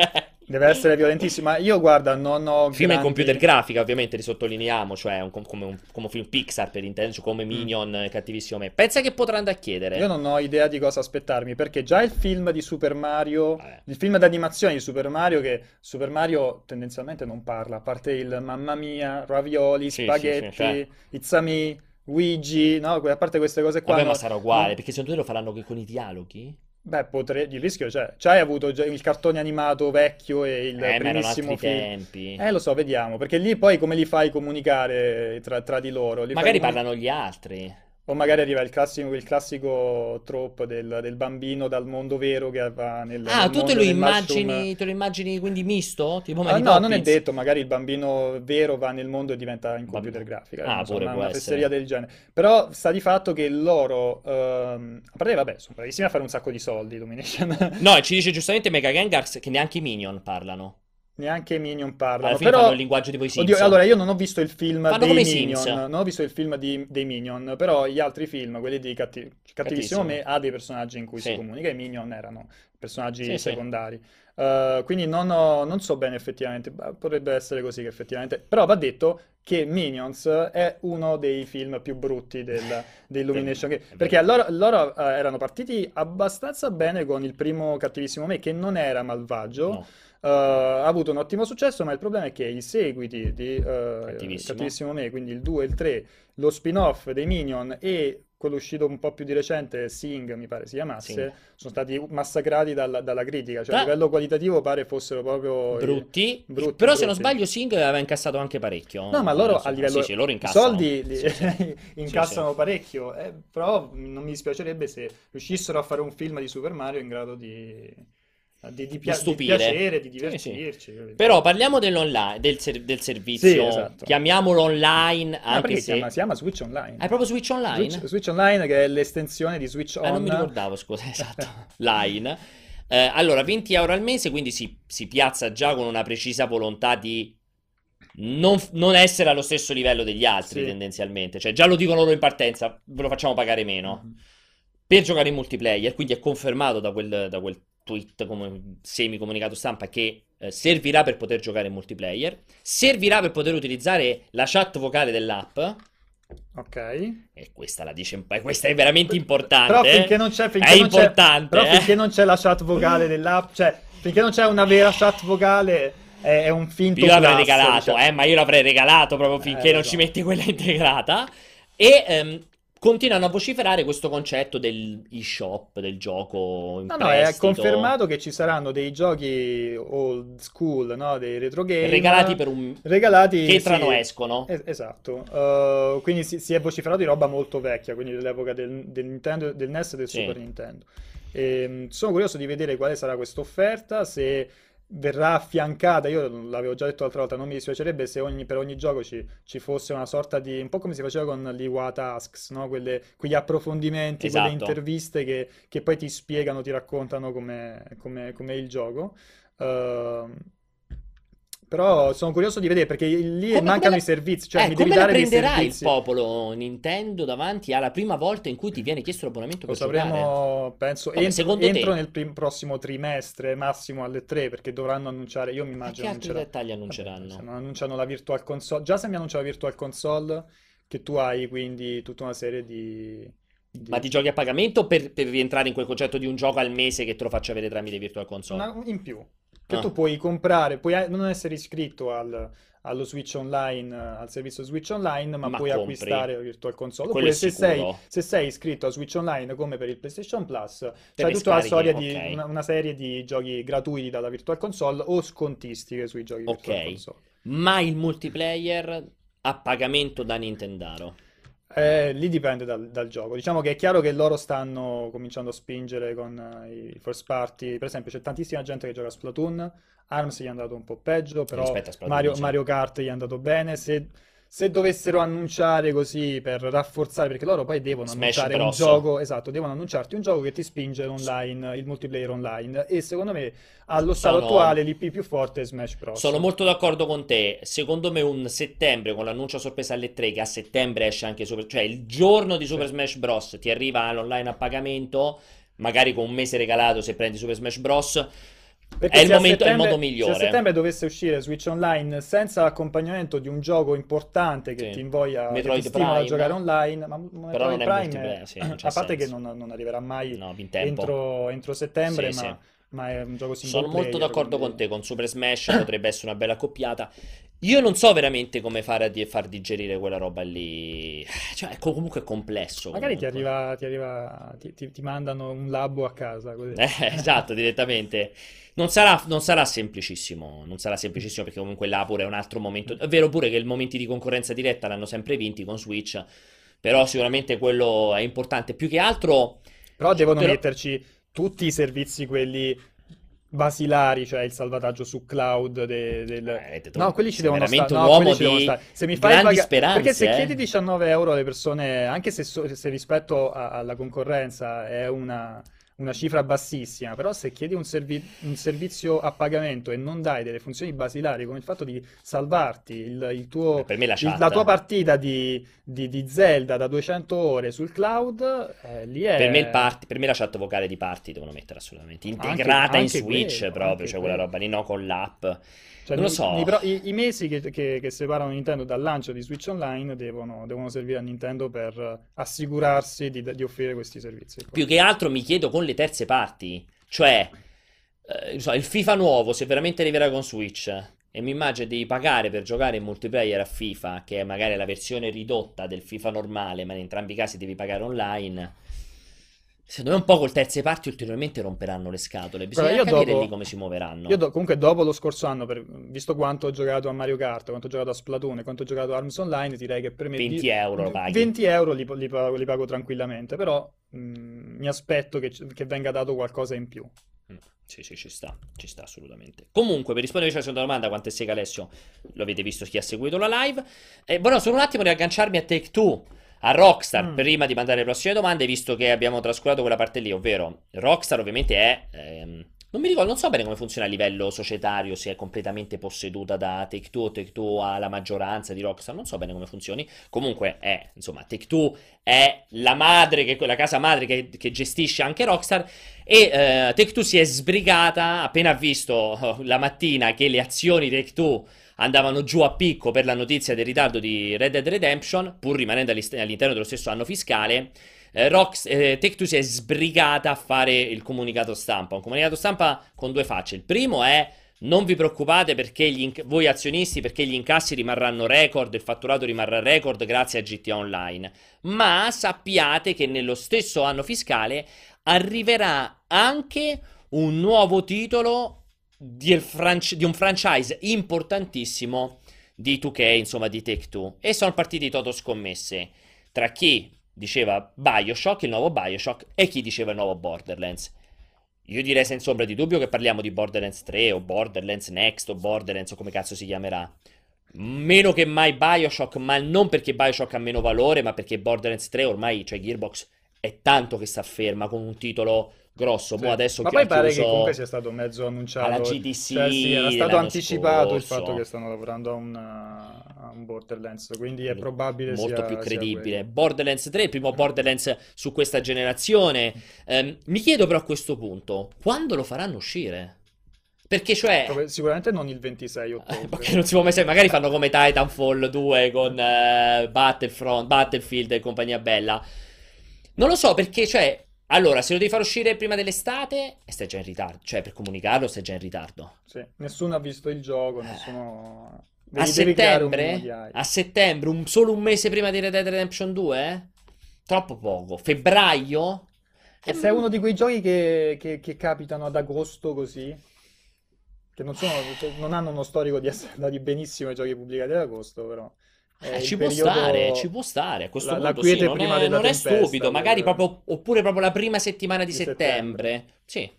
Deve essere violentissimo. Ma io, guarda, non ho Il film è in computer grandi... grafica, ovviamente, risottolineiamo, cioè un com- come, un, come un film Pixar per intenderci, come Mm. Minion, eh, Cattivissimo Me. Pensa che potrà andare a Io chiedere? non ho idea di cosa aspettarmi, perché già il film di Super Mario, Vabbè. il film d'animazione di Super Mario, che Super Mario tendenzialmente non parla, a parte il mamma mia, ravioli, Sì, sì, sì, spaghetti, cioè. it's a me, Luigi, no? Que- A parte queste cose qua, Vabbè, ma no- sarà uguale, non- perché secondo te lo faranno che con i dialoghi? Beh, potrei, il rischio c'è. C'hai avuto già il cartone animato vecchio e il Eh, ma erano primissimo altri film. tempi. Eh, lo so, vediamo, perché lì poi come li fai comunicare tra, tra di loro? Li fai Magari comuni- parlano gli altri. O magari arriva il classico, il classico trope del, del bambino dal mondo vero che va nel, Ah, nel tu te mondo lo del mushroom. immagini, te lo immagini quindi misto? Tipo Ah, Mary no, non è Poppins? detto, magari il bambino vero va nel mondo e diventa in Bamb- computer grafica, eh, Ah, non so, pure una, può una fesseria essere. del genere. Però sta di fatto che loro, ehm, a parte, vabbè, sono bravissimi a fare un sacco di soldi, Illumination. No, e ci dice giustamente Mega Gengars che neanche i Minion parlano. Neanche i Minion Alla parlano, fine fanno però... il linguaggio tipo i Oddio, Sims. allora io non ho visto il film Fanno dei come i Minion, Sims. non ho visto il film di- dei Minion, però gli altri film, quelli di Catti- Cattivissimo Me, Cattivissimo. ha dei personaggi in cui si Sì. comunica, i Minion erano personaggi Sì, sì. secondari. Uh, quindi non, ho- non so bene effettivamente, ma potrebbe essere così che effettivamente... Però va detto che Minions è uno dei film più brutti del, di Illumination, che- È perché vero. loro, loro, eh, erano partiti abbastanza bene con il primo Cattivissimo Me, che non era malvagio. No, Uh, ha avuto un ottimo successo, ma il problema è che i seguiti di uh, cattivissimo. Cattivissimo Me, quindi il due e il tre, lo spin-off dei Minion e quello uscito un po' più di recente, Sing, mi pare si Sì. chiamasse, sono stati massacrati dalla, dalla critica, cioè a Tra- livello qualitativo pare fossero proprio eh, Brutti. brutti, Però se non brutti. sbaglio Sing aveva incassato anche parecchio. No, ma Eh, loro a insomma, livello sì, sì, loro i incassano. soldi li- Sì, sì. Sì, sì. incassano parecchio, eh, però non mi dispiacerebbe se riuscissero a fare un film di Super Mario in grado di, di, di Di pia- di stupire. piacere, di Sì, sì. divertirci. capito? Però parliamo dell'online, del, ser- del Sì, servizio. esatto. Chiamiamolo online, Ah, anche perché si se... chiama, si chiama Switch Online. Hai proprio Switch Online? Switch, Switch Online che è l'estensione di Switch Ah, non mi On. ricordavo, scusa, esatto. Line. Eh, allora, venti euro al mese, quindi si, si piazza già con una precisa volontà di non, non essere allo stesso livello degli altri, Sì. tendenzialmente. Cioè, già lo dicono loro in partenza, ve lo facciamo pagare meno. Mhm. Per giocare in multiplayer, quindi è confermato da quel, da quel tweet come semi-comunicato stampa che eh, servirà per poter giocare in multiplayer, servirà per poter utilizzare la chat vocale dell'app, Ok. e questa la dice, un po', questa è veramente importante. Però eh. finché non c'è, finché È non c'è- importante, però eh. finché non c'è la chat vocale dell'app, cioè finché non c'è una vera chat vocale è, è un finto Io l'avrei plus, regalato, diciamo. eh, ma io l'avrei regalato proprio finché Eh, non lo ci so. metti quella integrata. E ehm, continuano a vociferare questo concetto del e-shop, del gioco in No, no, è prestito, confermato che ci saranno dei giochi old school, no? Dei retro game regalati per un... regalati, che entrano sì. e escono. Es- esatto. Uh, quindi si, si è vociferato di roba molto vecchia, quindi dell'epoca del, del Nintendo, del N E S e del Sì. Super Nintendo. E, sono curioso di vedere quale sarà questa offerta, se verrà affiancata, io l'avevo già detto l'altra volta, non mi dispiacerebbe se ogni- per ogni gioco ci, ci fosse una sorta di, un po' come si faceva con l'I W A Tasks, no? Quelle- quegli approfondimenti, quelle Esatto. interviste che, che poi ti spiegano, ti raccontano com'è com'è- com'è il gioco. Ehm, però sono curioso di vedere perché lì Come- mancano come la- i servizi, cioè eh, mi devi come la dare dei prenderà il servizi. popolo Nintendo davanti alla prima volta in cui ti viene chiesto l'abbonamento Lo per giocare? sapremo, penso, Vabbè, entro, secondo entro te? nel prim- prossimo trimestre, massimo alle tre, perché dovranno annunciare, io mi Ma immagino che altri annunceranno. dettagli Vabbè, annunceranno? se non annunciano la Virtual Console, già se mi annunciano la Virtual Console, che tu hai quindi tutta una serie di... Ma di- ti giochi a pagamento per, per rientrare in quel concetto di un gioco al mese che te lo faccia vedere tramite Virtual Console? una- in più, che Ah. tu puoi comprare, puoi a- non essere iscritto al, allo Switch Online, eh, al servizio Switch Online, ma, Ma puoi compri. acquistare la Virtual Console. Quello Oppure è se sei, sicuro. se sei iscritto a Switch Online come per il PlayStation Plus, Te c'è ne tutta una scarichi, storia di ok. una, una serie di giochi gratuiti dalla Virtual Console o scontistiche sui giochi Virtual Ok, Console. ma il multiplayer a pagamento da Nintendaro. Eh, lì dipende dal, dal gioco. Diciamo che è chiaro che loro stanno cominciando a spingere con eh, i first party. Per esempio, c'è tantissima gente che gioca a Splatoon. ARMS gli è andato un po' peggio, però Rispetto a Splatoon, Mario, sì. Mario Kart gli è andato bene. Se, se dovessero annunciare così per rafforzare, perché loro poi devono Smash annunciare un Bros. gioco, esatto, devono annunciarti un gioco che ti spinge online, il multiplayer online. E secondo me, allo stato Sono- attuale, l'I P più forte è Smash Bros. Sono molto d'accordo con te. Secondo me un settembre con l'annuncio a sorpresa alle tre, che a settembre esce anche Super... Cioè il giorno di Super Sì. Smash Bros. Ti arriva l'online a pagamento, magari con un mese regalato se prendi Super Smash Bros. Perché È il se a momento, è il modo settembre, se a migliore. settembre dovesse uscire Switch Online senza l'accompagnemento di un gioco importante che ti Sì. invoglia, che ti Metroid stimola a giocare Prime, online, ma però Metroid non è Prime, multiplayer, sì, non c'ha a parte che senso. non, non arriverà mai No, in tempo. entro, entro settembre, Sì, sì. ma, ma è un gioco single Sono molto player, d'accordo con quindi... te, con Super Smash potrebbe essere una bella accoppiata. Io non so veramente come fare a di- far digerire quella roba lì. Cioè, è co- comunque è complesso Magari ti comunque. arriva, ti arriva, ti, ti- ti mandano un labo a casa, così. Eh, esatto, direttamente. Non sarà, non sarà semplicissimo, non sarà semplicissimo perché comunque là pure è un altro momento. È vero pure che i momenti di concorrenza diretta l'hanno sempre vinti con Switch, però sicuramente quello è importante. Più che altro, Però devono però, metterci tutti i servizi, quelli basilari, cioè il salvataggio su cloud de- del... eh, te- No, tu quelli ci sei devono stare. veramente un No, quelli uomo ci devono di stare. Se mi fai grandi pagare... Perché se speranze, chiedi eh. diciannove euro alle persone, anche se, so- se rispetto a- alla concorrenza è una, una cifra bassissima, però se chiedi un, servi- un servizio a pagamento e non dai delle funzioni basilari, come il fatto di salvarti il, il Eh, tuo, Per me la il- la tua chat. partita di, di- di Zelda da duecento ore sul cloud, eh, lì Per me, il è... party, per me la chat vocale di Party devono mettere assolutamente Anche, integrata in anche Switch quello, proprio, anche cioè quella quello. roba lì, no, con l'app. Cioè, Non lo nei- nei so. pro- i, i mesi che, che- che separano Nintendo dal lancio di Switch Online devono, devono servire a Nintendo per eh, assicurarsi di, di offrire questi servizi qua. Più che altro mi chiedo con le terze parti, cioè, eh, non so, il FIFA nuovo, se veramente arriverà con Switch, e mi immagino devi pagare per giocare in multiplayer a FIFA, che è magari la versione ridotta del FIFA normale, ma in entrambi i casi devi pagare online. Secondo me un po' col terze parti ulteriormente romperanno le scatole. Guarda, Bisogna io capire lì dopo, come si io muoveranno. do- comunque dopo lo scorso anno, per- visto quanto ho giocato a Mario Kart, quanto ho giocato a Splatoon e quanto ho giocato a Arms Online, direi che per me di- venti euro lo paghi. venti euro li, li pago, li pago tranquillamente, però mh, mi aspetto che, che venga dato qualcosa in più. Mm, Sì, sì, ci sta, ci sta assolutamente. Comunque, per rispondere alla seconda domanda, quanto è sega Alessio, lo avete visto chi ha seguito la live. E buono, solo un attimo di agganciarmi a Take-Two, a Rockstar, Mm. prima di mandare le prossime domande, visto che abbiamo trascurato quella parte lì, ovvero Rockstar ovviamente è... ehm, non mi ricordo, non so bene come funziona a livello societario, se è completamente posseduta da Take-Two o Take-Two ha la maggioranza di Rockstar, non so bene come funzioni. Comunque è, insomma, Take-Two è la madre, che, la casa madre che, che gestisce anche Rockstar e eh, Take-Two si è sbrigata, appena ha visto oh, la mattina che le azioni Take-Two andavano giù a picco per la notizia del ritardo di Red Dead Redemption, pur rimanendo all'interno dello stesso anno fiscale. Eh, Rox, eh, Take-Two si è sbrigata a fare il comunicato stampa, un comunicato stampa con due facce. Il primo è: non vi preoccupate perché gli inc- voi azionisti, perché gli incassi rimarranno record, il fatturato rimarrà record grazie a G T A Online, ma sappiate che nello stesso anno fiscale arriverà anche un nuovo titolo di, il franch- di un franchise importantissimo di due K, insomma di Take-Two, e sono partiti toto scommesse tra chi diceva BioShock, il nuovo BioShock, e chi diceva il nuovo Borderlands. Io direi senza ombra di dubbio che parliamo di Borderlands tre o Borderlands Next o Borderlands o come cazzo si chiamerà. Meno che mai BioShock, ma non perché BioShock ha meno valore, ma perché Borderlands tre ormai, cioè Gearbox, è tanto che sta ferma con un titolo grosso. Sì. Mo adesso Ma chi- poi ha pare che chiuso comunque sia stato mezzo alla annunciato, G D C cioè sì, era stato l'anno anticipato il fatto scorso. che stanno lavorando a un, uh, a un Borderlands, quindi è probabile Molto più sia, sia credibile. quello. Borderlands tre, il primo Borderlands su questa generazione. Ehm, mi chiedo però a questo punto, quando lo faranno uscire? Perché cioè... Prob- Sicuramente non il ventisei Eh, perché ottobre. non si può mai sapere, magari fanno come Titanfall due con eh, Battlefront, Battlefield e compagnia bella. Non lo so perché, cioè, allora, se lo devi far uscire prima dell'estate, e stai già in ritardo, cioè per comunicarlo stai già in ritardo. Sì, nessuno ha visto il gioco, nessuno... A Devi, devi creare un minimo di settembre? hype. A settembre, un- solo un mese prima di Red Dead Redemption due? Troppo poco. Febbraio? E se è uno di quei giochi che, che- che capitano ad agosto così, che non sono, cioè, non hanno uno storico di essere andati benissimo i giochi pubblicati ad agosto, però è Eh, il ci può periodo- stare, ci può stare. A questo la- la punto sì, quiete non prima è, della non è tempesta, stupido. Magari quel- proprio, oppure proprio la prima settimana di di settembre. Sì.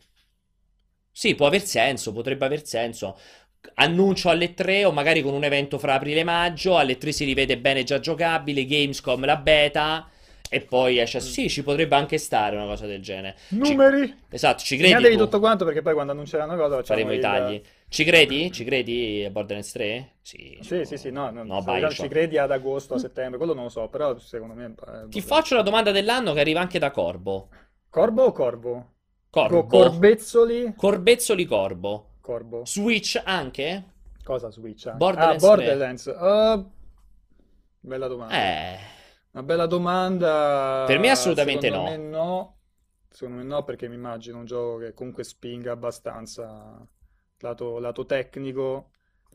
Sì, può aver senso, potrebbe aver senso. Annuncio alle tre o magari con un evento fra aprile e maggio. Alle tre si rivede bene già giocabile. Gamescom la beta. E poi esce. Sì, ci potrebbe anche stare una cosa del genere. Ci- Numeri! Esatto, ci credi Segnatevi tu? tutto quanto perché poi quando annunceranno cosa facciamo Faremo i il- tagli. Ci credi? Ci credi a Borderlands tre? Sì, Sì, sì, sì, no, no, no, stavo dicendo, Bioshock. ci credi ad agosto, a settembre, quello non lo so, però secondo me... eh, Ti faccio la domanda dell'anno che arriva anche da Corbo. Corbo o Corvo? Corbo. Co- Corbezzoli? Corbezzoli Corbo. Corbo? Switch anche? Cosa Switch? anche? Borderlands Ah, tre. Borderlands. Uh, bella domanda. Eh, Una bella domanda. per me assolutamente Secondo no. me no. Secondo me no, perché mi immagino un gioco che comunque spinga abbastanza lato, lato tecnico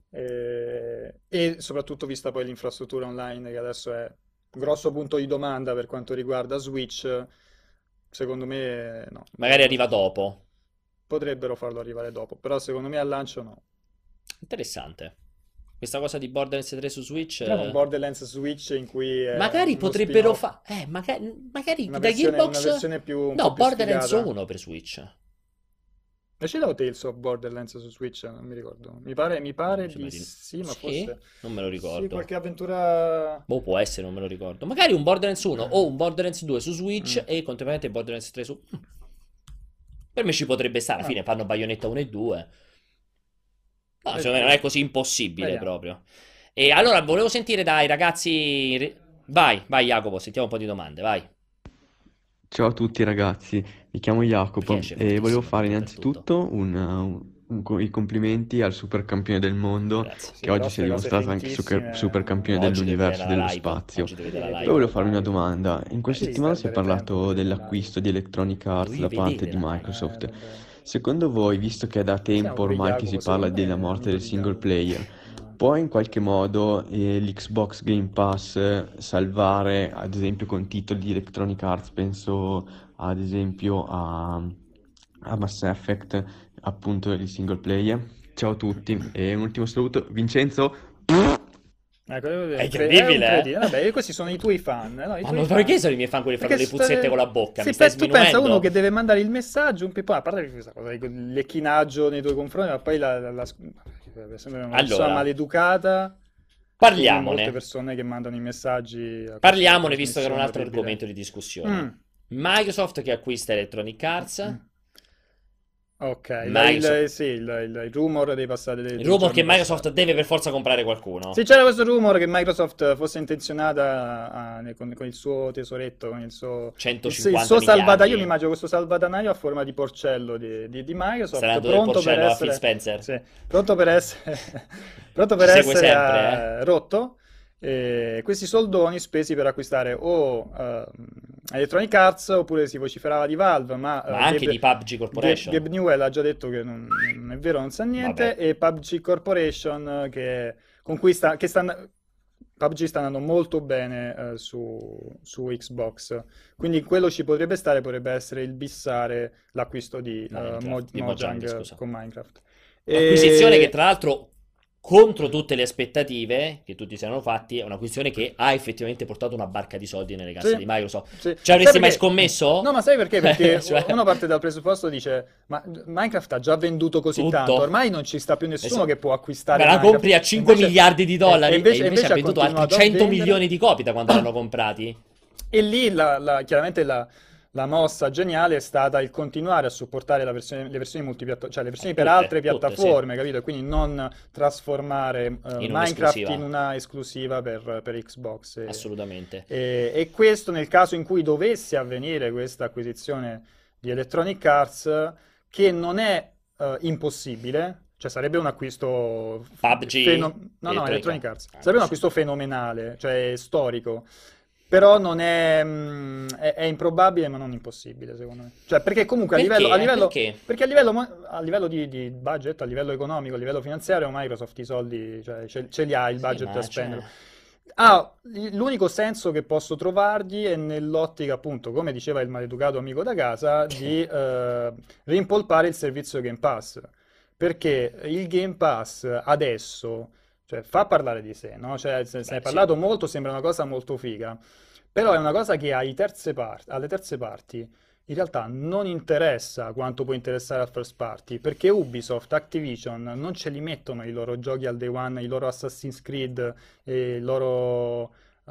eh, e soprattutto vista poi l'infrastruttura online che adesso è un grosso punto di domanda per quanto riguarda Switch. Secondo me no. Magari arriva dopo. Potrebbero farlo arrivare dopo, però secondo me al lancio no. Interessante. Questa cosa di Borderlands tre su Switch, C'è un eh, Borderlands Switch in cui è magari uno potrebbero spin-off, fare... Eh, magari, magari una da versione, una Gearbox... versione più, un po' No, più Borderlands sfigata. uno per Switch. E c'è la Tales of Borderlands su Switch? Non mi ricordo. Mi pare, mi pare Mi sembra di di... sì, ma Sì? forse... Non me lo Sì, ricordo. qualche avventura... Boh, può essere, non me lo ricordo. Magari un Borderlands uno o un Borderlands due su Switch Mm. e contemporaneamente Borderlands tre su... Mm. Per me ci potrebbe stare, alla Ah, fine fanno Bayonetta uno e due. No, secondo me non è vediamo. così impossibile Vediamo. proprio. E allora volevo sentire dai ragazzi... Vai, vai Jacopo, sentiamo un po' di domande, vai. Ciao a tutti ragazzi, mi chiamo Mi Jacopo piace e volevo fortissimo fare dappertutto. innanzitutto un, uh, un co- i complimenti al super campione del mondo Grazie. Sì, che oggi però si è ste cose dimostrato anche super, fintissime... super campione Oggi deve dell'universo e vedere la dello live. spazio. Oggi deve Devi vedere la Io live. volevo farvi una vedere... domanda. In questa Devi settimana si è perdere tempo parlato per vedere dell'acquisto di Electronic Arts Dovevi da parte vedere di la live. Eh, Microsoft. vabbè. Secondo voi, visto che è da Siamo tempo pure ormai che si Jacopo, parla secondo me della è morte venuto del di single Jacopo. player, No. può in qualche modo eh, l'Xbox Game Pass eh, salvare, ad esempio con titoli di Electronic Arts, penso ad esempio a, a Mass Effect, appunto il single player? Ciao a tutti e un ultimo saluto, Vincenzo. Ecco, È è, incre- è un incredibile, cretino. eh? Vabbè, questi sono i tuoi fan, no? I Ma tuoi non- fan. perché sono i miei fan quelli che fanno Perché le puzzette sta- con la bocca? sì, Mi stai pe- tu pensa uno sminuendo? che deve mandare il messaggio, un po', a parte questa cosa, il lecchinaggio nei tuoi confronti, ma poi la, la, la- sembra una persona Allora, maleducata, come molte parliamone. persone che mandano i messaggi a queste Parliamone, visto che era un trasmissioni altro orribili. argomento di discussione. Mm, Microsoft che acquista Electronic Arts. mm. Ok, il, Microsoft... il- sì, il, il- il rumor dei passati dei, Il dei rumor giorni che Microsoft passati. deve per forza comprare qualcuno. Sì, c'era questo rumore che Microsoft fosse intenzionata a- a- con, con il suo tesoretto, con il suo, il, suo- il centocinquanta suo salvadanaio. Io mi miliardi. immagino questo salvadanaio a forma di porcello di, di- di Microsoft, Sarà dato del pronto per porcello a Phil essere, Spencer. sì, pronto per essere, pronto per Ci segue essere sempre, eh? eh, rotto. E questi soldoni spesi per acquistare o eh, Electronic Arts oppure si vociferava di Valve, ma, Ma eh, anche Gabe, di P U B G Gabe, Corporation. Gabe Newell ha già detto che non, non è vero, non sa niente, Vabbè. e P U B G Corporation eh, che, con cui sta, che sta, P U B G sta andando molto bene eh, su, su Xbox, quindi quello ci potrebbe stare, potrebbe essere il bissare l'acquisto di, eh, Minecraft, Mo- di Mojang, Mojang scusa. con Minecraft. Acquisizione che E... tra l'altro, contro tutte le aspettative che tutti si erano fatti, è un'acquisizione che ha effettivamente portato una barca di soldi nelle casse Sì, di Microsoft. sì. Ci avresti Sai mai perché? scommesso? No, ma sai perché? Perché Cioè, uno parte dal presupposto, dice, ma Minecraft ha già venduto così tutto. tanto, ormai non ci sta più nessuno Esatto. che può Me acquistare la Minecraft. compri a cinque Invece- miliardi di dollari e invece, e invece ha venduto altri continuato a cento vendere. milioni di copie da quando l'hanno comprati. E lì la- la- chiaramente la, la mossa geniale è stata il continuare a supportare la versione- le versioni multipiattaforme, cioè le versioni per Tutte, altre tutte, piattaforme, capito? E quindi non trasformare eh, In Minecraft un'esclusiva. in una esclusiva per, per Xbox. E, Assolutamente. e- e questo nel caso in cui dovesse avvenire questa acquisizione di Electronic Arts, che non è eh, impossibile, cioè sarebbe un acquisto P U B G? feno- no, no, Electronic Electronic Arts. Arts. Ah, Sarebbe un sì. acquisto fenomenale, cioè storico. Però non è, mm, è, è improbabile, ma non impossibile, secondo me. Cioè, perché comunque a Perché? livello, a livello, Perché? perché a livello, mo- a livello di, di budget, a livello economico, a livello finanziario, Microsoft i soldi, cioè, ce, ce li ha il Sì, budget ma da cioè... spendere. Ah, l'unico senso che posso trovargli è nell'ottica, appunto, come diceva il maleducato amico da casa, di eh, rimpolpare il servizio Game Pass. Perché il Game Pass adesso, cioè, fa parlare di sé, no? Cioè, se, se ne è Beh, sì. parlato molto, sembra una cosa molto figa. Però è una cosa che ai terze par- alle terze parti in realtà non interessa quanto può interessare al first party, perché Ubisoft, Activision non ce li mettono i loro giochi al day one, i loro Assassin's Creed e il loro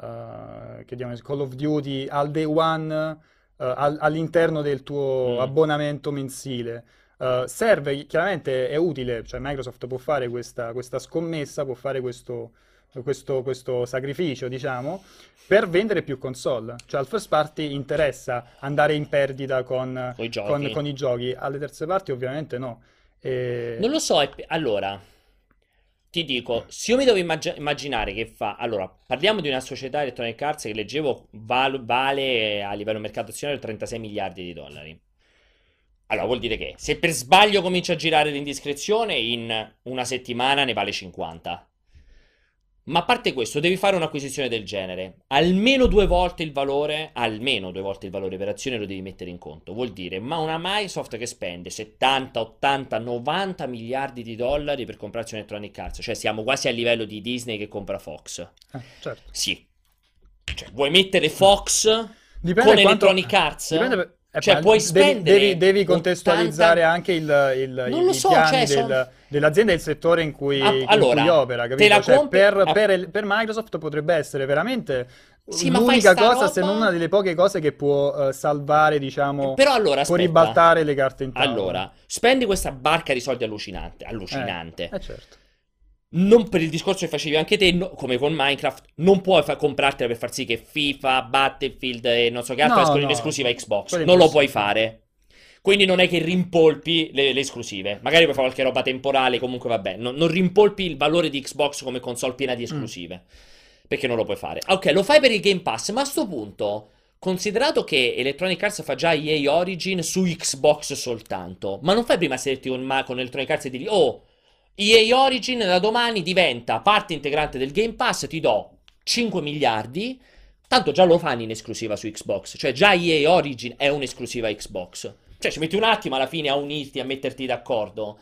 eh, che diamo, Call of Duty al day one eh, al- all'interno del tuo Mm. abbonamento mensile. Eh, serve, chiaramente è utile, cioè Microsoft può fare questa, questa scommessa, può fare questo, questo, questo sacrificio, diciamo, per vendere più console. Cioè al first party interessa andare in perdita con, Coi con- giochi. con i giochi, alle terze parti ovviamente no. E... Non lo so, è- allora, ti dico, se io mi devo immaggi- immaginare che fa... Allora, parliamo di una società Electronic Arts che leggevo val- vale a livello mercato azionario trentasei miliardi di dollari. Allora, vuol dire che se per sbaglio comincia a girare l'indiscrezione, in una settimana ne vale cinquanta. Ma a parte questo, devi fare un'acquisizione del genere. Almeno due volte il valore, almeno due volte il valore per azione lo devi mettere in conto. Vuol dire, ma una Microsoft che spende settanta, ottanta, novanta miliardi di dollari per comprarsi un Electronic Arts, cioè siamo quasi a livello di Disney che compra Fox. Eh, certo. Sì. Cioè, vuoi mettere Fox Dipende con quanto... Electronic Arts? Dipende per- eh, Cioè, ma puoi devi, spendere devi, devi contestualizzare ottanta anche il, il- Non i, lo i so, piani cioè, del- son- dell'azienda e il settore in cui, Ah, in allora, cui opera, te capito? la Cioè, compri... per, ah, per- per Microsoft potrebbe essere veramente sì, ma fai l'unica sta cosa, se non roba... una delle poche cose che può eh, salvare, diciamo, Però allora, può aspetta. ribaltare le carte in tavola. Allora, spendi questa barca di soldi allucinante, Eh, allucinante. eh certo. Non per il discorso che facevi anche te, no- come con Minecraft, non puoi fa- comprartela per far sì che FIFA, Battlefield e non so che altro No, escono in no, esclusiva Xbox. quello è Non lo puoi impossibile. fare. Quindi non è che rimpolpi le, le esclusive. Magari puoi fare qualche roba temporale, comunque vabbè. Non, non rimpolpi il valore di Xbox come console piena di Mm. esclusive. Perché non lo puoi fare. Ok, lo fai per il Game Pass, ma a sto punto, considerato che Electronic Arts fa già E A Origin su Xbox soltanto, ma non fai prima sederti con, ma- con Electronic Arts e dirgli, oh, E A Origin da domani diventa parte integrante del Game Pass, ti do cinque miliardi, tanto già lo fanno in esclusiva su Xbox, cioè già E A Origin è un'esclusiva Xbox. Cioè ci metti un attimo alla fine a unirti, a metterti d'accordo.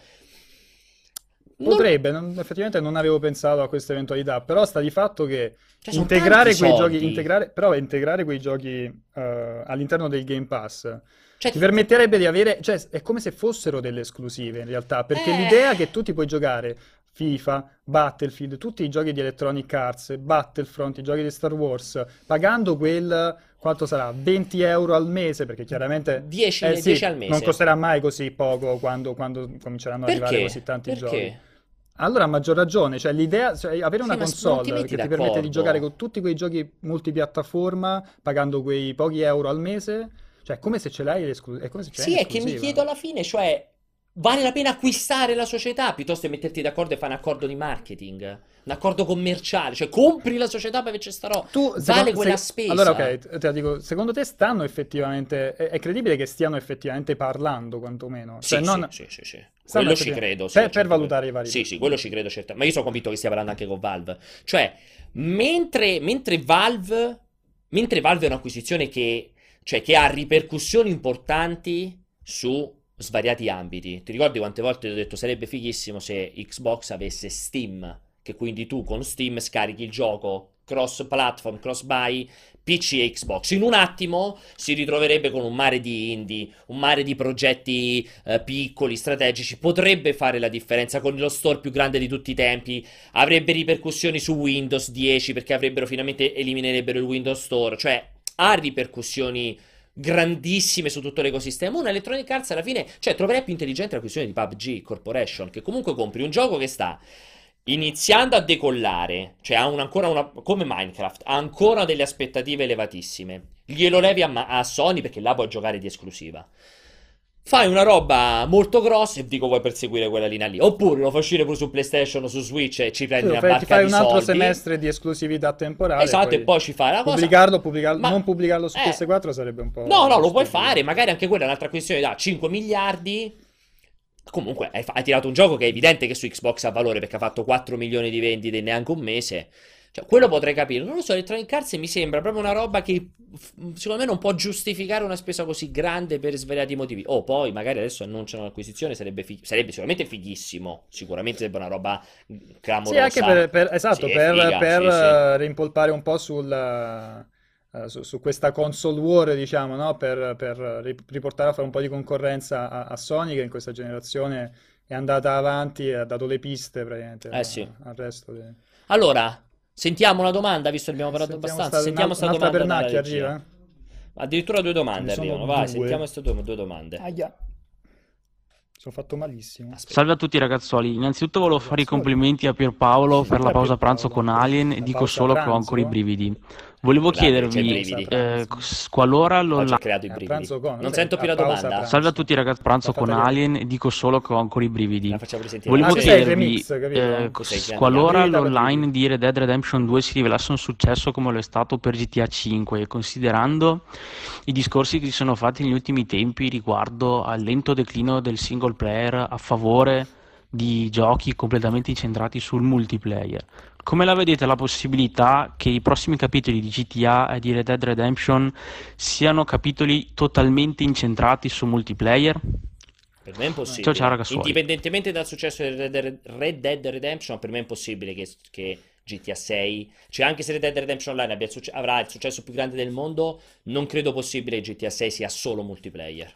Non... Potrebbe, non- effettivamente non avevo pensato a questa eventualità, però sta di fatto che Cioè sono integrare tanti quei giochi, soldi. integrare, però integrare quei giochi eh, all'interno del Game Pass Cioè, ti permetterebbe di avere, cioè è come se fossero delle esclusive in realtà, perché eh, l'idea che tu ti puoi giocare FIFA, Battlefield, tutti i giochi di Electronic Arts, Battlefront, i giochi di Star Wars, pagando quel, quanto sarà, venti euro al mese, perché chiaramente dieci, eh sì, dieci al mese. non costerà mai così poco quando, quando cominceranno ad arrivare Perché? così tanti Perché? giochi. Allora, a maggior ragione, cioè l'idea, cioè, avere Sì, una ma s- non ti console metti che ti permette di d'accordo. giocare con tutti quei giochi multipiattaforma pagando quei pochi euro al mese, cioè è come se ce l'hai l'esclu- è come se ce l'hai Sì, in è che mi esclusiva. chiedo alla fine, cioè, vale la pena acquistare la società piuttosto che metterti d'accordo e fare un accordo di marketing, un accordo commerciale, cioè compri la società per averci sta roba, Tu, vale secondo- quella se- spesa. Allora, ok, te te la dico, secondo te stanno effettivamente, è, è credibile che stiano effettivamente parlando, quantomeno? Sì, Cioè, non, sì, sì, sì, sì. stanno Quello ci effettivamente- credo, sì, per, per certo, valutare i vari Sì, sì, quello ci credo certamente. Ma io sono convinto che stia parlando anche con Valve. Cioè, mentre, mentre Valve, mentre Valve è un'acquisizione che, cioè, che ha ripercussioni importanti su svariati ambiti. Ti ricordi quante volte ti ho detto sarebbe fighissimo se Xbox avesse Steam, che quindi tu con Steam scarichi il gioco cross platform, cross buy, P C e Xbox. In un attimo si ritroverebbe con un mare di indie, un mare di progetti eh, piccoli, strategici. Potrebbe fare la differenza con lo store più grande di tutti i tempi. Avrebbe ripercussioni su Windows dieci perché avrebbero finalmente eliminerebbero il Windows Store. Cioè, ha ripercussioni grandissime su tutto l'ecosistema. Una Electronic Arts alla fine, cioè, troverei più intelligente la questione di P U B G Corporation, che comunque compri un gioco che sta iniziando a decollare, cioè ha un- ancora una, come Minecraft, ha ancora delle aspettative elevatissime. Glielo levi a, ma- a Sony perché là puoi giocare di esclusiva. Fai una roba molto grossa e dico vuoi perseguire quella linea lì. Oppure lo fai uscire pure su PlayStation o su Switch e ci Sì, prendi lo una fai- ti barca fai di un altro soldi. semestre di esclusività temporale, Esatto, e poi poi ci fai la cosa. pubblicarlo, pubblicarlo- Ma- non pubblicarlo su eh. P S quattro sarebbe un po' No, no, lo puoi stupido. fare, magari anche quella è un'altra questione da cinque miliardi. Comunque hai, fa- hai tirato un gioco che è evidente che su Xbox ha valore perché ha fatto quattro milioni di vendite in neanche un mese. Cioè, quello potrei capire. Non lo so, Electronic Arts mi sembra proprio una roba che f- secondo me non può giustificare una spesa così grande per svariati motivi. Oh, poi magari adesso annunciano l'acquisizione, sarebbe, fi- sarebbe sicuramente fighissimo. Sicuramente sarebbe una roba clamorosa. Sì, anche per, per- esatto, Sì, è per, figa, per, sì, sì. eh, rimpolpare un po' sul, eh, su, su questa console war, diciamo, no? Per, per ri- riportare a fare un po' di concorrenza a, a Sony, che in questa generazione è andata avanti e ha dato le piste praticamente Eh a- sì. al resto. de- Allora, sentiamo una domanda, visto che abbiamo parlato Sentiamo abbastanza. sta- Sentiamo un'al- sta un'altra domanda dalla pernacchia regia. arriva? Addirittura due domande Ce ne sono arrivano. Vai, due. sentiamo queste due, due domande. Aia. Sono fatto malissimo. Aspetta. Salve a tutti ragazzuoli, innanzitutto volevo fare i Ragazzuoli. complimenti a Pierpaolo per la Perché pausa pranzo Pierpaolo? con Alien e La dico pausa solo che ho ancora i pranzo? brividi. Volevo Scusate, c'è i chiedervi, brividi. Pausa eh, pranzo. s- qualora Oggi ho l'online... creato i A brividi. pranzo con? Non Cos'è? sento A più la pausa domanda. Salve a pranzo? tutti ragazzi, L'ha pranzo con fatta chiarire. Alien e dico solo che ho ancora i La brividi. facciamo risentire. Volevo Ah, questo è il chiedervi, remix, eh, capito? Cos'è il s- grande qualora Capito, l'online capito. di Red Dead Redemption due si rivelasse un successo come lo è stato per G T A cinque, e considerando i discorsi che si sono fatti negli ultimi tempi riguardo al lento declino del single player a favore di giochi completamente incentrati sul multiplayer, come la vedete la possibilità che i prossimi capitoli di G T A e di Red Dead Redemption siano capitoli totalmente incentrati su multiplayer? Per me è Ciao ciao impossibile. ragazzuoli. Indipendentemente dal successo di Red Dead Red Dead Redemption, per me è impossibile che, che G T A sei, cioè anche se Red Dead Redemption Online abbia il succe- avrà il successo più grande del mondo, non credo possibile che G T A sei sia solo multiplayer.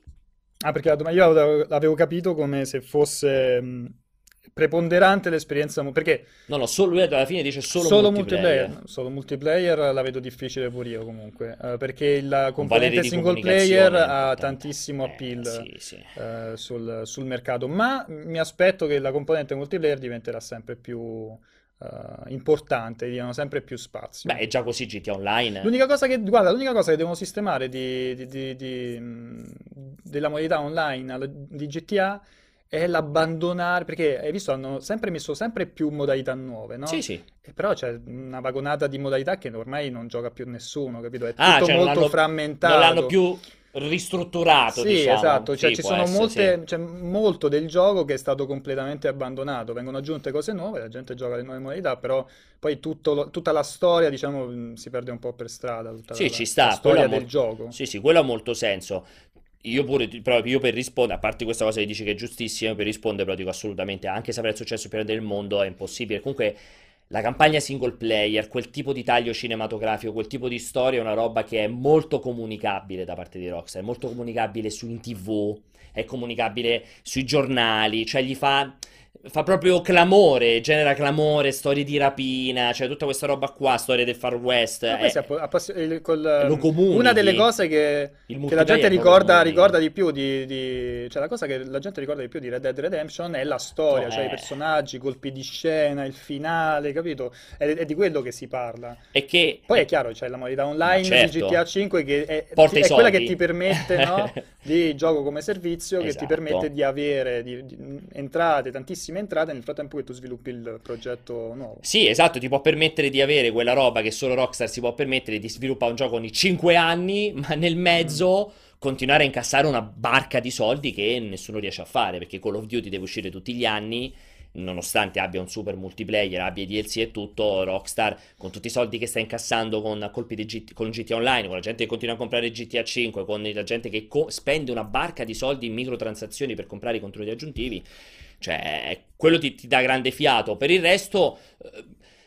Ah, perché la domanda io l'avevo l'avevo capito come se fosse mh, preponderante l'esperienza, mu- perché No, no, solo, lui alla fine dice solo, solo multiplayer. multiplayer, solo multiplayer la vedo difficile pure io comunque, eh, perché la Un valere componente di single player comunicazione ha importante. tantissimo Eh, appeal sì, sì. eh, sul, sul mercato, ma mi aspetto che la componente multiplayer diventerà sempre più eh, importante, gli diano sempre più spazio. Beh, è già così G T A Online. L'unica cosa che, guarda, l'unica cosa che devono sistemare di, di- di- di, mh, della modalità online al- di G T A è l'abbandonare, perché hai visto, hanno sempre messo sempre più modalità nuove, no? Sì, sì. E però c'è una vagonata di modalità che ormai non gioca più nessuno, capito? È Ah, tutto cioè non molto l'hanno, frammentato. non l'hanno più ristrutturato, Sì, diciamo. esatto, cioè Sì, ci può sono essere, molte, sì. c'è molto del gioco che è stato completamente abbandonato, vengono aggiunte cose nuove, la gente gioca le nuove modalità, però poi tutto lo- tutta la storia, diciamo, mh, si perde un po' per strada, tutta Sì, la, ci la sta, quello storia ha del mol- gioco. sì, sì, quello ha molto senso. Io pure, però io per rispondere, a parte questa cosa che dici che è giustissima, per rispondere però dico assolutamente, anche se avrà il successo più grande del mondo è impossibile. Comunque la campagna single player, quel tipo di taglio cinematografico, quel tipo di storia è una roba che è molto comunicabile da parte di Rockstar, è molto comunicabile su in T V, è comunicabile sui giornali, cioè gli fa... Fa proprio clamore, genera clamore, storie di rapina, cioè tutta questa roba qua, storie del Far West, Ma poi si è- appo- appassi- il- col, lo ehm, una delle comunichi. cose che, Il che la multiplayer gente lo ricorda, comunichi. ricorda di più di, di- cioè la cosa che la gente ricorda di più di Red Dead Redemption è la storia, No, cioè i è... personaggi, i colpi di scena, il finale, capito? È, è di quello che si parla. è che... Poi è è- chiaro, c'è la modalità Ma online di certo, G T A cinque che è, porta ti- i è quella che soldi. ti permette, no, di gioco come servizio, che ti permette Esatto. di avere di- di- entrate, tantissime entrate nel frattempo che tu sviluppi il progetto nuovo. Sì, esatto, ti può permettere di avere quella roba che solo Rockstar si può permettere di sviluppare un gioco ogni cinque anni, ma nel Mm. mezzo continuare a incassare una barca di soldi che nessuno riesce a fare, perché Call of Duty deve uscire tutti gli anni, nonostante abbia un super multiplayer, abbia i D L C e tutto, Rockstar con tutti i soldi che sta incassando con colpi di G T, con G T A Online, con la gente che continua a comprare G T A cinque, con la gente che co- spende una barca di soldi in microtransazioni per comprare i controlli aggiuntivi, cioè quello ti, ti dà grande fiato. Per il resto eh,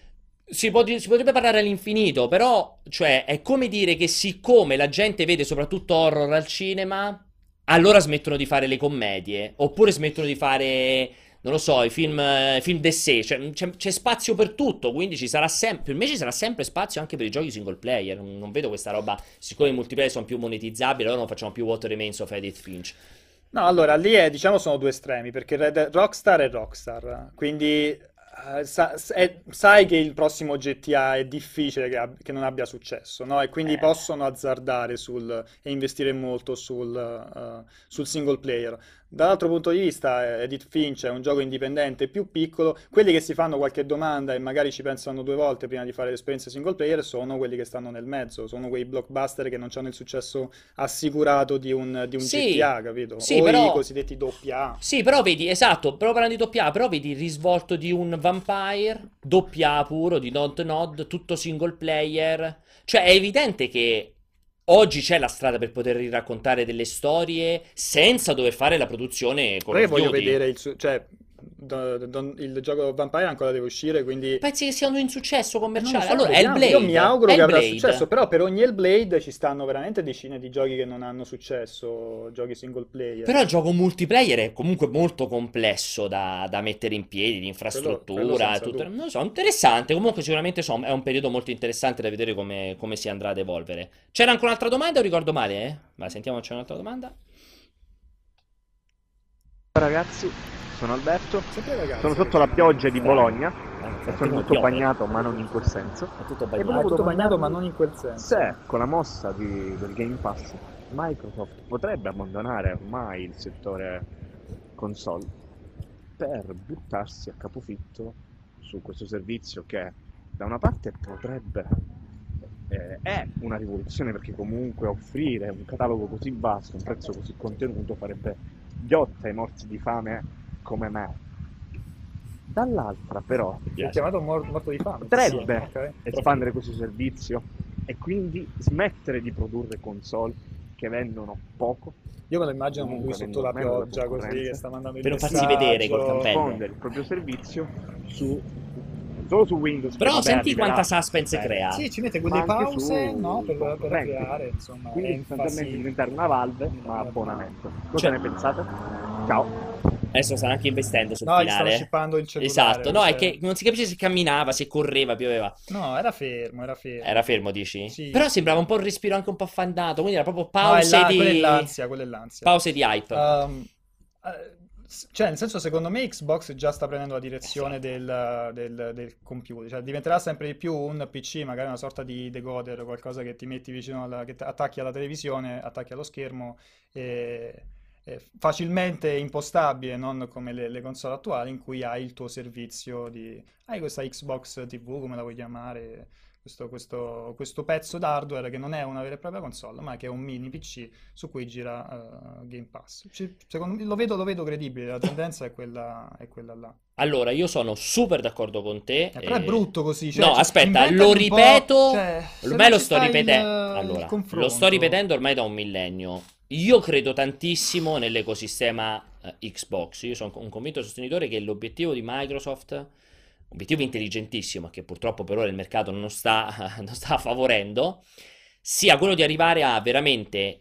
si, pot- si potrebbe parlare all'infinito, però cioè è come dire che siccome la gente vede soprattutto horror al cinema, allora smettono di fare le commedie, oppure smettono di fare, non lo so, i film, eh, film d'essè, cioè, c'è, c'è spazio per tutto, quindi ci sarà sempre, per me ci sarà sempre spazio anche per i giochi single player, non, non vedo questa roba, siccome i multiplayer sono più monetizzabili, allora non facciamo più What Remains of Edith Finch. No, allora lì è, diciamo, sono due estremi, perché Red Dead- Rockstar è Rockstar, quindi eh, sa- è- sai che il prossimo G T A è difficile che, ab- che non abbia successo, no? E quindi Eh, possono azzardare sul, e investire molto sul, eh, sul single player. Dall'altro punto di vista, eh, Edith Finch è un gioco indipendente più piccolo. Quelli che si fanno qualche domanda e magari ci pensano due volte prima di fare l'esperienza single player sono quelli che stanno nel mezzo, sono quei blockbuster che non hanno il successo assicurato di un, di un sì, G T A, capito? sì, O i però... cosiddetti doppia A. Sì, però vedi, esatto, però parlando di doppia A, però vedi il risvolto di un Vampire, doppia A puro, di Don't Nod, tutto single player. Cioè, è evidente che oggi c'è la strada per poter raccontare delle storie senza dover fare la produzione Call Però io of voglio Duty. vedere il, su- cioè, do- do- il gioco Vampire ancora deve uscire, quindi Pensi che sia un insuccesso eh, non lo commerciale? so, Allora, vediamo. Io mi Hellblade, auguro che avrà Hellblade. successo, però per ogni Hellblade ci stanno veramente decine di giochi che non hanno successo, giochi single player. Però il gioco multiplayer è comunque molto complesso da, da mettere in piedi, di Quello, quello infrastruttura, senza tutto. dubbio. Non lo so, interessante. Comunque sicuramente so, è un periodo molto interessante da vedere come, come si andrà ad evolvere. C'era anche un'altra domanda o ricordo male? Eh? Ma sentiamo, c'è un'altra domanda? Ragazzi, sono Alberto, Sempre ragazzi. sono sotto la pioggia di Bologna Ah, e sono tutto bagnato, ma non in quel senso. È tutto È bagnato. tutto bagnato, ma non in quel senso. Se con la mossa di- del Game Pass Microsoft potrebbe abbandonare ormai il settore console per buttarsi a capofitto su questo servizio che da una parte potrebbe eh, è una rivoluzione, perché comunque offrire un catalogo così vasto, un prezzo così contenuto farebbe ghiotta ai morti di fame come me. Dall'altra però Mi ha chiamato mor- morto di fame. potrebbe Sì, ok. espandere questo servizio e quindi smettere di produrre console che vendono poco, Io me lo immagino con lui comunque sotto la vengono meno pioggia dalla così, concorrenza, che sta mandando il Per non farsi messaggio. vedere col cappello. diffondere il proprio servizio su solo su Windows. che Però vabbè, senti arriverà. quanta suspense Eh, crea. Sì, ci mette ma quelle anche pause, su no, per, per concorrenti. creare, insomma, Quindi enfasi. sostanzialmente diventare una Valve ma abbonamento. Cosa Cioè- ne pensate? Ciao. Adesso stanno anche investendo sul No, gli stanno finale. scippando il cellulare. Esatto, no, è perché- che non si capisce se camminava, se correva, pioveva. No, era fermo, era fermo. Era fermo, dici? Sì. Però sembrava un po' un respiro anche un po' affandato, quindi era proprio No, è pause la- di... quella è l'ansia, quella è l'ansia. Pause di hype. Um, eh, s- cioè, nel senso, secondo me Xbox già sta prendendo la direzione del, del- del computer, cioè diventerà sempre di più un P C, magari una sorta di decoder, qualcosa che ti metti vicino alla, che t- attacchi alla televisione, attacchi allo schermo, e, e facilmente impostabile, non come le, le console attuali in cui hai il tuo servizio di, hai questa Xbox T V, come la vuoi chiamare, questo, questo- questo pezzo d'hardware che non è una vera e propria console, ma che è un mini P C su cui gira eh, Game Pass. Ci- secondo me lo vedo, lo vedo credibile, la tendenza è quella, è quella là. Allora, io sono super d'accordo con te. Eh, però è eh, brutto così, cioè, No, ci- aspetta, inventati lo un po', ripeto. cioè, se Me non lo ci sto sta il- ripetendo. il Allora, lo confronto. sto ripetendo ormai da un millennio. Io credo tantissimo nell'ecosistema eh, Xbox. Io sono un convinto sostenitore che l'obiettivo di Microsoft, obiettivo intelligentissimo, che purtroppo per ora il mercato non sta, non sta favorendo, sia quello di arrivare a veramente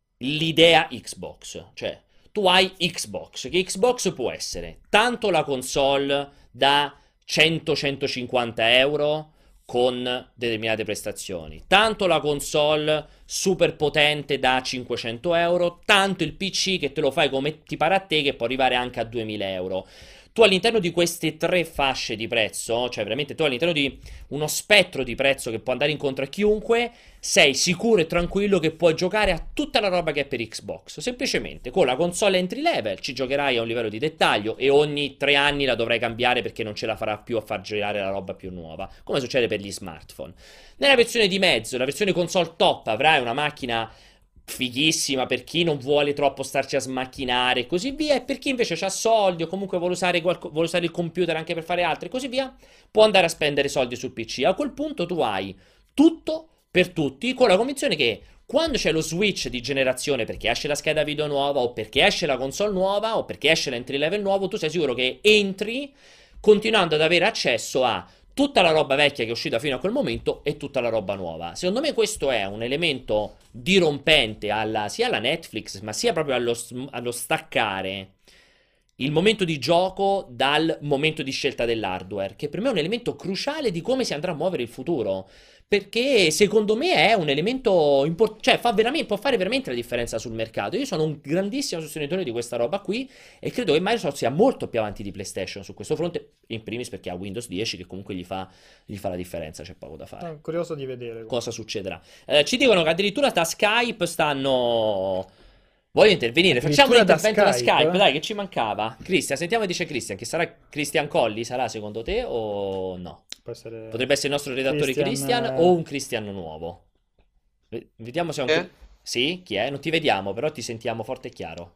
l'idea Xbox. Cioè, tu hai Xbox, che Xbox può essere tanto la console da cento centocinquanta euro con determinate prestazioni, tanto la console super potente da cinquecento euro, tanto il P C che te lo fai come ti pare a te, che può arrivare anche a duemila euro. Tu all'interno di queste tre fasce di prezzo, cioè veramente tu all'interno di uno spettro di prezzo che può andare incontro a chiunque, sei sicuro e tranquillo che puoi giocare a tutta la roba che è per Xbox. Semplicemente con la console entry level ci giocherai a un livello di dettaglio e ogni tre anni la dovrai cambiare perché non ce la farà più a far girare la roba più nuova, come succede per gli smartphone. Nella versione di mezzo, la versione console top, avrai una macchina fighissima per chi non vuole troppo starci a smacchinare e così via, e per chi invece ha soldi o comunque vuole usare, qualco- vuole usare il computer anche per fare altro e così via, può andare a spendere soldi sul P C. A quel punto tu hai tutto per tutti, con la convinzione che quando c'è lo switch di generazione, perché esce la scheda video nuova o perché esce la console nuova o perché esce l'entry level nuovo, tu sei sicuro che entri continuando ad avere accesso a tutta la roba vecchia che è uscita fino a quel momento e tutta la roba nuova. Secondo me questo è un elemento dirompente alla, sia alla Netflix, ma sia proprio allo, allo staccare il momento di gioco dal momento di scelta dell'hardware, che per me è un elemento cruciale di come si andrà a muovere il futuro. Perché secondo me è un elemento importante, cioè fa veramente, può fare veramente la differenza sul mercato. Io sono un grandissimo sostenitore di questa roba qui e credo che Microsoft sia molto più avanti di PlayStation su questo fronte, in primis perché ha Windows dieci che comunque gli fa, gli fa la differenza, c'è poco da fare. Sono curioso di vedere. Cosa succederà? Eh, ci dicono che addirittura da Skype stanno... Voglio intervenire, facciamo un Addirittura da intervento da Skype, Skype, eh? dai, che ci mancava. Cristian, sentiamo che dice Cristian, che sarà Cristian Colli, sarà secondo te o no? Può essere... Potrebbe essere il nostro redattore Christian, Christian eh. o un Cristian nuovo. Ve- Vediamo se è un... Eh? Cri- Sì, chi è? Non ti vediamo, però ti sentiamo forte e chiaro.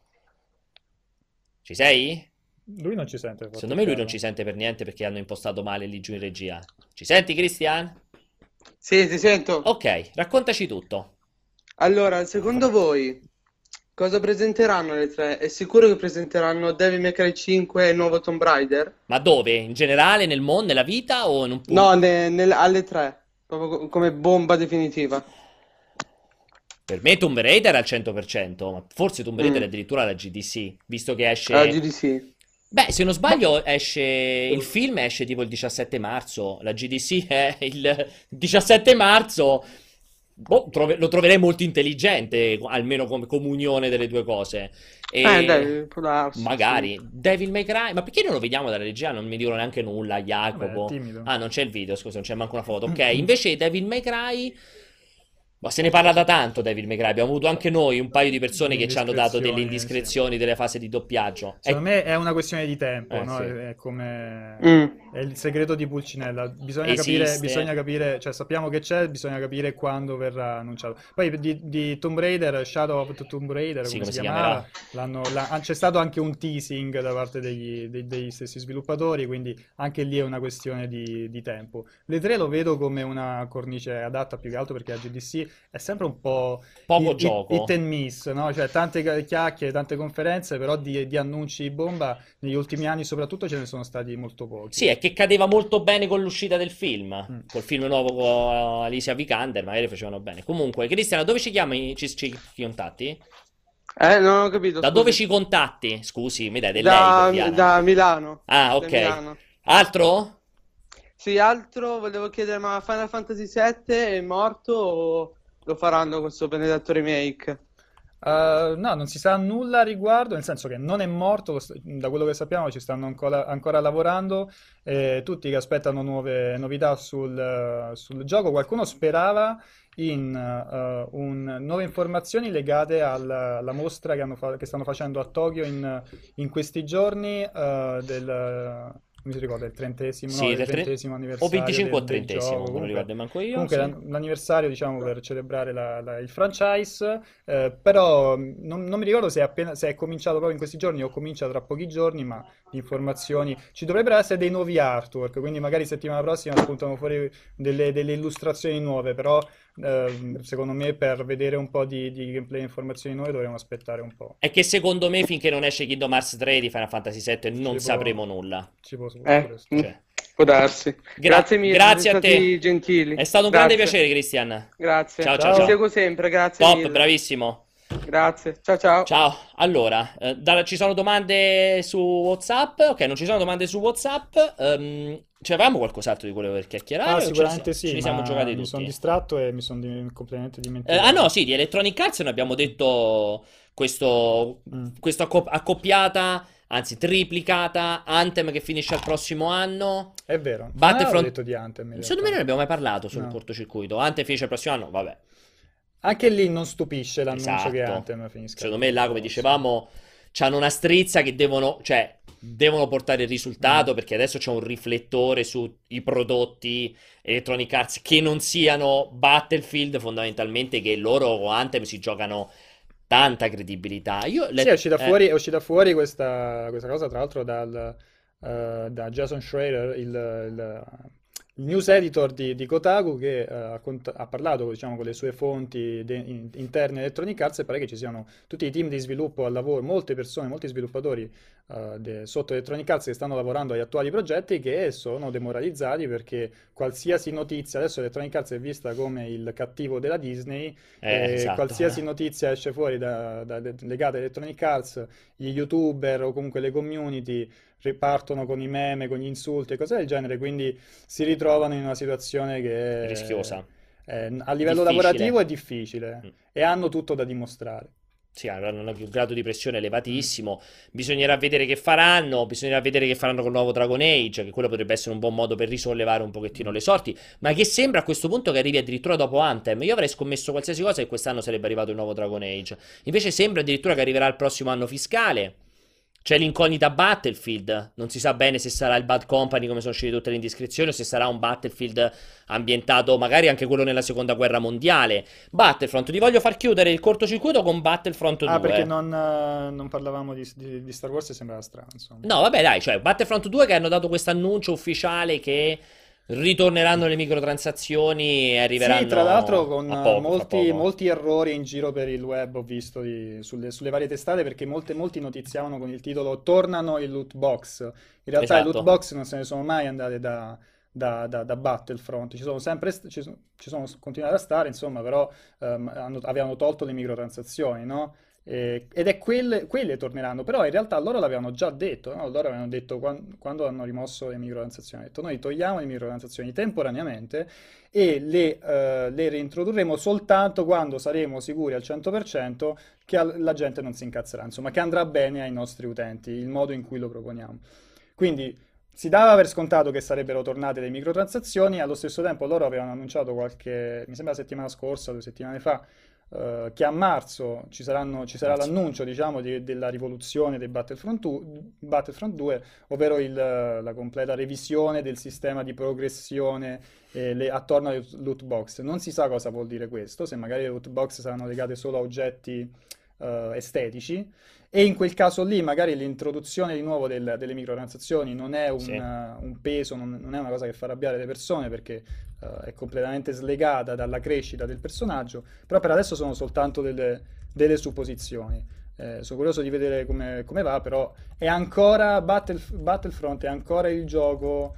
Ci sei? Lui non ci sente. forte Secondo me lui chiaro. non ci sente per niente perché hanno impostato male lì giù in regia. Ci senti, Cristian? Sì, ti sento. Ok, raccontaci tutto. Allora, secondo voi cosa presenteranno le tre? È sicuro che presenteranno Devil May Cry cinque e il nuovo Tomb Raider? Ma dove? In generale, nel mondo, nella vita o in un punto? No, ne- nel- alle tre, proprio co- come bomba definitiva. Per me Tomb Raider al cento per cento, ma forse Tomb Raider Mm. è addirittura la G D C, visto che esce... La G D C. Beh, se non sbaglio esce... il film esce tipo il diciassette marzo, la G D C è il diciassette marzo, boh, trove- lo troverei molto intelligente, almeno come comunione delle due cose. Eh, E dai, può darsi, sì. magari Devil May Cry, ma perché non lo vediamo dalla regia? Non mi dicono neanche nulla, Vabbè, è Jacopo. timido. Ah, non c'è il video, scusa, non c'è manco una foto. Ok, invece Devil May Cry, ma se ne parla da tanto Devil May Cry. Abbiamo avuto anche noi un paio di persone Di che ci hanno dato delle indiscrezioni, sì. indiscrezioni delle fasi di doppiaggio. Secondo È- me è una questione di tempo, Eh, no? sì. È, è come... Mm. È il segreto di Pulcinella. Bisogna capire, Esiste. bisogna capire, cioè sappiamo che c'è, bisogna capire quando verrà annunciato. Poi di, di Tomb Raider, Shadow of the Tomb Raider, Sì, come come si si chiamava, chiamerà? l'hanno- la- c'è stato anche un teasing da parte degli, dei- degli stessi sviluppatori, quindi anche lì è una questione di, di tempo. Le tre lo vedo come una cornice adatta più che altro perché la G D C è sempre un po' Poco hit, hit- gioco. hit and miss, no? Cioè tante ca- chiacchiere, tante conferenze, però di, di annunci di bomba negli ultimi anni soprattutto ce ne sono stati molto pochi. Sì, è che cadeva molto bene con l'uscita del film. Mm. Col film nuovo con Alicia Vikander, magari facevano bene. Comunque, Cristiana, dove ci chiami? Ci, ci contatti? Eh, non ho capito, Da dove scusi. ci contatti? Scusi, mi dai del Da, lei, Viviana. da Milano. Ah, Da ok. Milano. Altro? Sì, altro volevo chiedere, ma Final Fantasy sette è morto o lo faranno questo benedetto remake? Uh, no, non si sa nulla a riguardo, nel senso che non è morto, da quello che sappiamo ci stanno ancora, ancora lavorando, eh, tutti che aspettano nuove novità sul, sul gioco. Qualcuno sperava in uh, un- nuove informazioni legate al- alla mostra che, hanno fa- che stanno facendo a Tokyo in, in questi giorni, uh, del, come si ricorda, il trentesimo, no, Sì, il del tre- trentesimo o anniversario venticinque o del, del trentesimo, gioco. non lo Comunque, ricordo manco io. comunque Sì. l'an- l'anniversario, diciamo, per celebrare la- la- il franchise, eh, però mh, non, non mi ricordo se è, appena, se è cominciato proprio in questi giorni o comincia tra pochi giorni, ma le informazioni... Ci dovrebbero essere dei nuovi artwork, quindi magari settimana prossima spuntano fuori delle, delle illustrazioni nuove, però ehm, secondo me per vedere un po' di, di gameplay e informazioni nuove dovremo aspettare un po'. È che secondo me finché non esce Kingdom Hearts tre di Final Fantasy sette non Ci può, sapremo nulla. ci può Eh, pure mm, Cioè, può darsi. gra- Grazie mille, grazie siete a te. stati gentili. È stato un grande Grazie, piacere, Cristian. grazie. Ciao, ciao, Ciao. Vi ciao. seguo sempre, grazie Top, mille. bravissimo. Grazie, ciao ciao. Ciao. Allora, eh, da- ci sono domande su WhatsApp? Ok, non ci sono domande su WhatsApp. Ehm, ce avevamo qualcos'altro di quello per chiacchierare? Ah, o ce ne sicuramente siamo- ce sì, li siamo ma giocati mi sono tutti? distratto e mi sono di- completamente Eh, ah dimenticato. no, sì, di Electronic Arts ne abbiamo detto questo, Mm. questo accop- accoppiata, anzi triplicata, Anthem che finisce al prossimo anno. È vero, non avevo Battlefront. detto di Anthem in Secondo me non ne realtà. abbiamo mai parlato sul No. cortocircuito. Anthem finisce il prossimo anno, vabbè. Anche lì non stupisce l'annuncio che Esatto. Anthem finisca Secondo me là, come prossimo. dicevamo, c'hanno una strizza che devono, cioè, devono portare il risultato perché adesso c'è un riflettore sui prodotti Electronic Arts che non siano Battlefield, fondamentalmente, che loro con Anthem si giocano tanta credibilità. Io le- Sì, è uscita eh, fuori, è uscita fuori questa, questa cosa, tra l'altro, dal, eh, da Jason Schreier, il, il- il news editor di, di Kotaku, che eh, ha, cont- ha parlato, diciamo, con le sue fonti de- in- interne a Electronic Arts e pare che ci siano tutti i team di sviluppo al lavoro, molte persone, molti sviluppatori eh, de- sotto Electronic Arts che stanno lavorando agli attuali progetti che sono demoralizzati perché qualsiasi notizia, adesso Electronic Arts è vista come il cattivo della Disney, eh, e esatto. qualsiasi notizia esce fuori da, da- de- legata a Electronic Arts, gli youtuber o comunque le community ripartono con i meme, con gli insulti e cose del genere, quindi si ritrovano in una situazione che è- Rischiosa. è- a livello Difficile. lavorativo è difficile Mm. e hanno tutto da dimostrare. Sì, avranno un grado di pressione elevatissimo. Bisognerà vedere che faranno. Bisognerà vedere che faranno col nuovo Dragon Age, che quello potrebbe essere un buon modo per risollevare un pochettino le sorti. Ma che sembra a questo punto che arrivi addirittura dopo Anthem. Io avrei scommesso qualsiasi cosa che quest'anno sarebbe arrivato il nuovo Dragon Age. Invece sembra addirittura che arriverà il prossimo anno fiscale. C'è l'incognita Battlefield, non si sa bene se sarà il Bad Company come sono uscite tutte le indiscrezioni o se sarà un Battlefield ambientato magari anche quello nella seconda guerra mondiale. Battlefront, ti voglio far chiudere il cortocircuito con Battlefront Ah, due. perché non, eh, non parlavamo di, di- di Star Wars e sembrava strano, insomma. No, vabbè, dai, cioè Battlefront due che hanno dato questo annuncio ufficiale che ritorneranno le microtransazioni e arriveranno Sì, tra l'altro con a eh, poco, fra molti, poco. molti errori in giro per il web ho visto di- sulle, sulle varie testate perché molte, molti notiziavano con il titolo Tornano i loot box. In realtà i loot Esatto. box non se ne sono mai andate da, da- da- da Battlefront, ci sono sempre st- ci sono, ci sono continuate a stare, insomma, però ehm, hanno- avevano tolto le microtransazioni, no? Eh, ed è quelle, quelle torneranno, però in realtà loro l'avevano già detto, no? Loro avevano detto quan- quando hanno rimosso le microtransazioni, hanno detto noi togliamo le microtransazioni temporaneamente e le, eh, le reintrodurremo soltanto quando saremo sicuri al cento per cento che al- la gente non si incazzerà, insomma, che andrà bene ai nostri utenti, il modo in cui lo proponiamo. Quindi si dava per scontato che sarebbero tornate le microtransazioni, allo stesso tempo loro avevano annunciato qualche, mi sembra la settimana scorsa, due settimane fa, eh, che a marzo ci saranno- ci sarà Marzo. l'annuncio, diciamo, di- della rivoluzione dei Battlefront due, Battlefront due, ovvero il- la completa revisione del sistema di progressione eh, le- attorno alle loot box. Non si sa cosa vuol dire questo, se magari le loot box saranno legate solo a oggetti eh, estetici. E in quel caso lì magari l'introduzione di nuovo del- delle microtransazioni non è un, Sì. eh, un peso, non, non è una cosa che fa arrabbiare le persone perché eh, è completamente slegata dalla crescita del personaggio, però per adesso sono soltanto delle, delle supposizioni. Eh, sono curioso di vedere come, come va, però è ancora Battle- Battlefront è ancora il gioco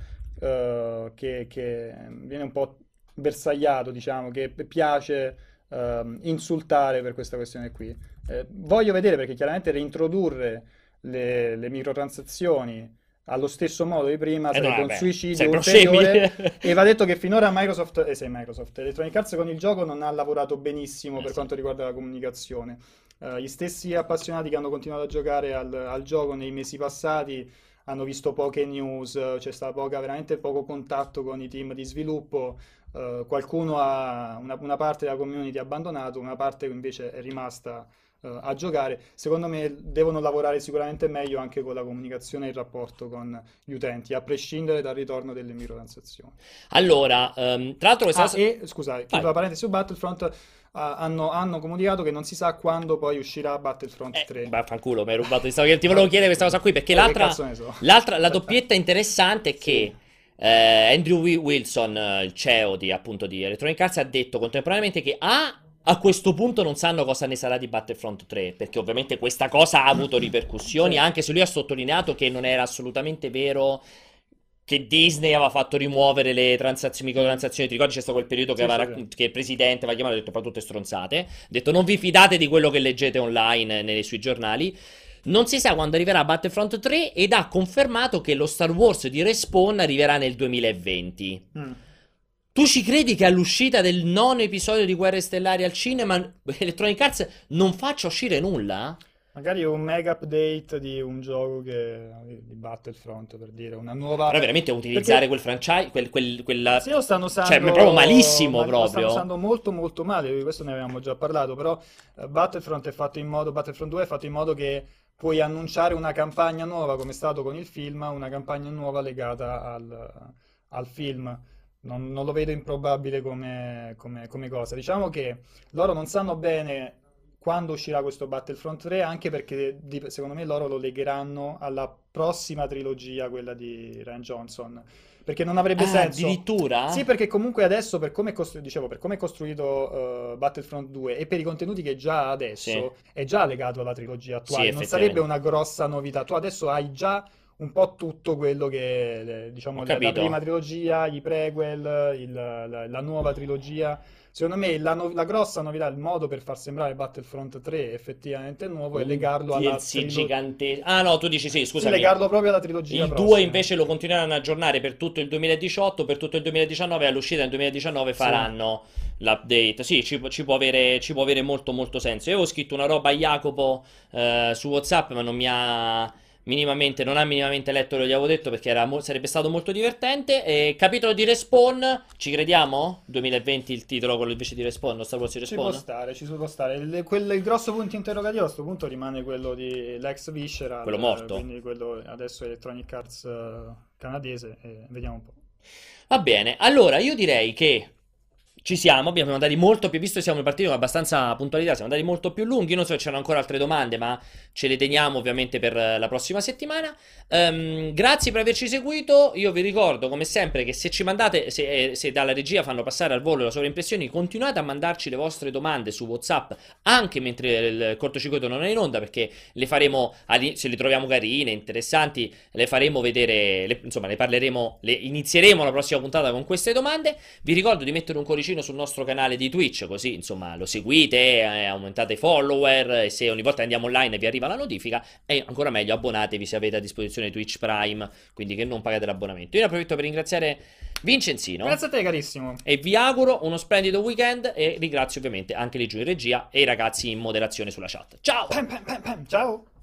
eh, che, che viene un po' bersagliato, diciamo, che piace ehm, insultare per questa questione qui. Eh, voglio vedere perché chiaramente reintrodurre le, le microtransazioni allo stesso modo di prima Eh no, sarebbe un vabbè, suicidio sarebbero scemi. ulteriore e va detto che finora Microsoft, eh, sì, Microsoft, Electronic Arts con il gioco non ha lavorato benissimo Eh per sì. quanto riguarda la comunicazione. Eh, gli stessi appassionati che hanno continuato a giocare al, al gioco nei mesi passati hanno visto poche news, eh, c'è stato poca, veramente poco contatto con i team di sviluppo. Eh, qualcuno ha, una, una parte della community ha abbandonato, una parte invece è rimasta eh, a giocare. Secondo me devono lavorare sicuramente meglio anche con la comunicazione e il rapporto con gli utenti, a prescindere dal ritorno delle microtransazioni. Allora, ehm, tra l'altro questa Ah, cosa... e scusate, chiudo Vai. la parentesi su Battlefront. ah, hanno, hanno comunicato che non si sa quando poi uscirà Battlefront Eh, tre. vaffanculo, mi hai rubato. Ti, stavo- ti volevo chiedere questa cosa qui perché Eh, che l'altra, cazzo ne so. l'altra, la doppietta interessante è Sì. che eh, Andrew Wi- Wilson, eh, il C E O di, appunto, di Electronic Arts, ha detto contemporaneamente che A, a questo punto non sanno cosa ne sarà di Battlefront tre, perché ovviamente questa cosa ha avuto ripercussioni, Sì. anche se lui ha sottolineato che non era assolutamente vero che Disney aveva fatto rimuovere le transazioni, microtransazioni. Ti ricordi c'è stato quel periodo che, Sì, aveva sì, racc- sì. che il presidente aveva chiamato e ha detto fa tutte stronzate. Ha detto non vi fidate di quello che leggete online nei sui giornali. Non si sa quando arriverà Battlefront tre ed ha confermato che lo Star Wars di Respawn arriverà nel duemilaventi. Mm. Tu ci credi che all'uscita del nono episodio di Guerre Stellari al cinema Electronic Arts non faccia uscire nulla? Magari un mega update di un gioco che, di Battlefront, per dire, una nuova... Però veramente utilizzare Perché quel franchise, quel, quel- quella... sì, lo stanno usando, Cioè, proprio malissimo, ma- lo stanno proprio. usando molto molto male, di questo ne avevamo già parlato, però eh, Battlefront è fatto in modo, Battlefront due è fatto in modo che puoi annunciare una campagna nuova, come è stato con il film, una campagna nuova legata al, al film. Non, non lo vedo improbabile come, come- come cosa. Diciamo che loro non sanno bene quando uscirà questo Battlefront tre, anche perché di- secondo me loro lo legheranno alla prossima trilogia, quella di Rian Johnson, perché non avrebbe Ah, senso. addirittura? Sì, perché comunque adesso, per come è costru- dicevo, per come è costruito eh, Battlefront due e per i contenuti che già ha adesso, è già legato alla trilogia Sì, attuale, non sarebbe effettivamente. una grossa novità. Tu adesso hai già un po' tutto quello che, eh, diciamo, Ho la, la capito. prima trilogia, i prequel, il- la, la nuova trilogia. Secondo me la, no- la grossa novità, il modo per far sembrare Battlefront tre effettivamente nuovo è Un legarlo alla D L C trilogia. gigantesco. Ah no, tu dici sì, Sì, scusami. legarlo proprio alla trilogia Il due prossima. invece lo continueranno a aggiornare per tutto il duemiladiciotto, per tutto il duemiladiciannove e all'uscita del duemiladiciannove Sì. faranno l'update. Sì, ci, ci può avere, ci può avere molto molto senso. Io avevo scritto una roba a Jacopo eh, su WhatsApp, ma non mi ha minimamente, non ha minimamente letto quello che gli avevo detto perché era mo- sarebbe stato molto divertente. E capitolo di Respawn, ci crediamo? duemilaventi il titolo, quello invece di Respawn, lo Star Wars di Ci può Respawn? stare, ci può stare. Il, quel, il grosso punto interrogativo a questo punto rimane quello di Lex Visceral, Quello morto. eh, quindi quello adesso Electronic Arts eh, canadese, e vediamo un po'. Va bene, allora io direi che ci siamo, abbiamo andati molto più, visto che siamo partiti con abbastanza puntualità, siamo andati molto più lunghi, non so se c'erano ancora altre domande, ma ce le teniamo ovviamente per eh, la prossima settimana. Ehm, grazie per averci seguito, io vi ricordo come sempre che se ci mandate, se, eh, se dalla regia fanno passare al volo le sovraimpressioni, continuate a mandarci le vostre domande su WhatsApp, anche mentre il cortocircuito non è in onda, perché le faremo, all'i- se le troviamo carine, interessanti, le faremo vedere, le- insomma ne parleremo, le inizieremo la prossima puntata con queste domande. Vi ricordo di mettere un cuoricino pochettino sul nostro canale di Twitch, così insomma lo seguite, eh, aumentate i follower, e se ogni volta andiamo online vi arriva la notifica, e ancora meglio abbonatevi se avete a disposizione Twitch Prime, quindi che non pagate l'abbonamento. Io ne approfitto per ringraziare Vincenzino. Grazie a te, carissimo. E vi auguro uno splendido weekend, e ringrazio ovviamente anche lì giù in regia e i ragazzi in moderazione sulla chat. Ciao! Pam, pam, pam, pam. Ciao!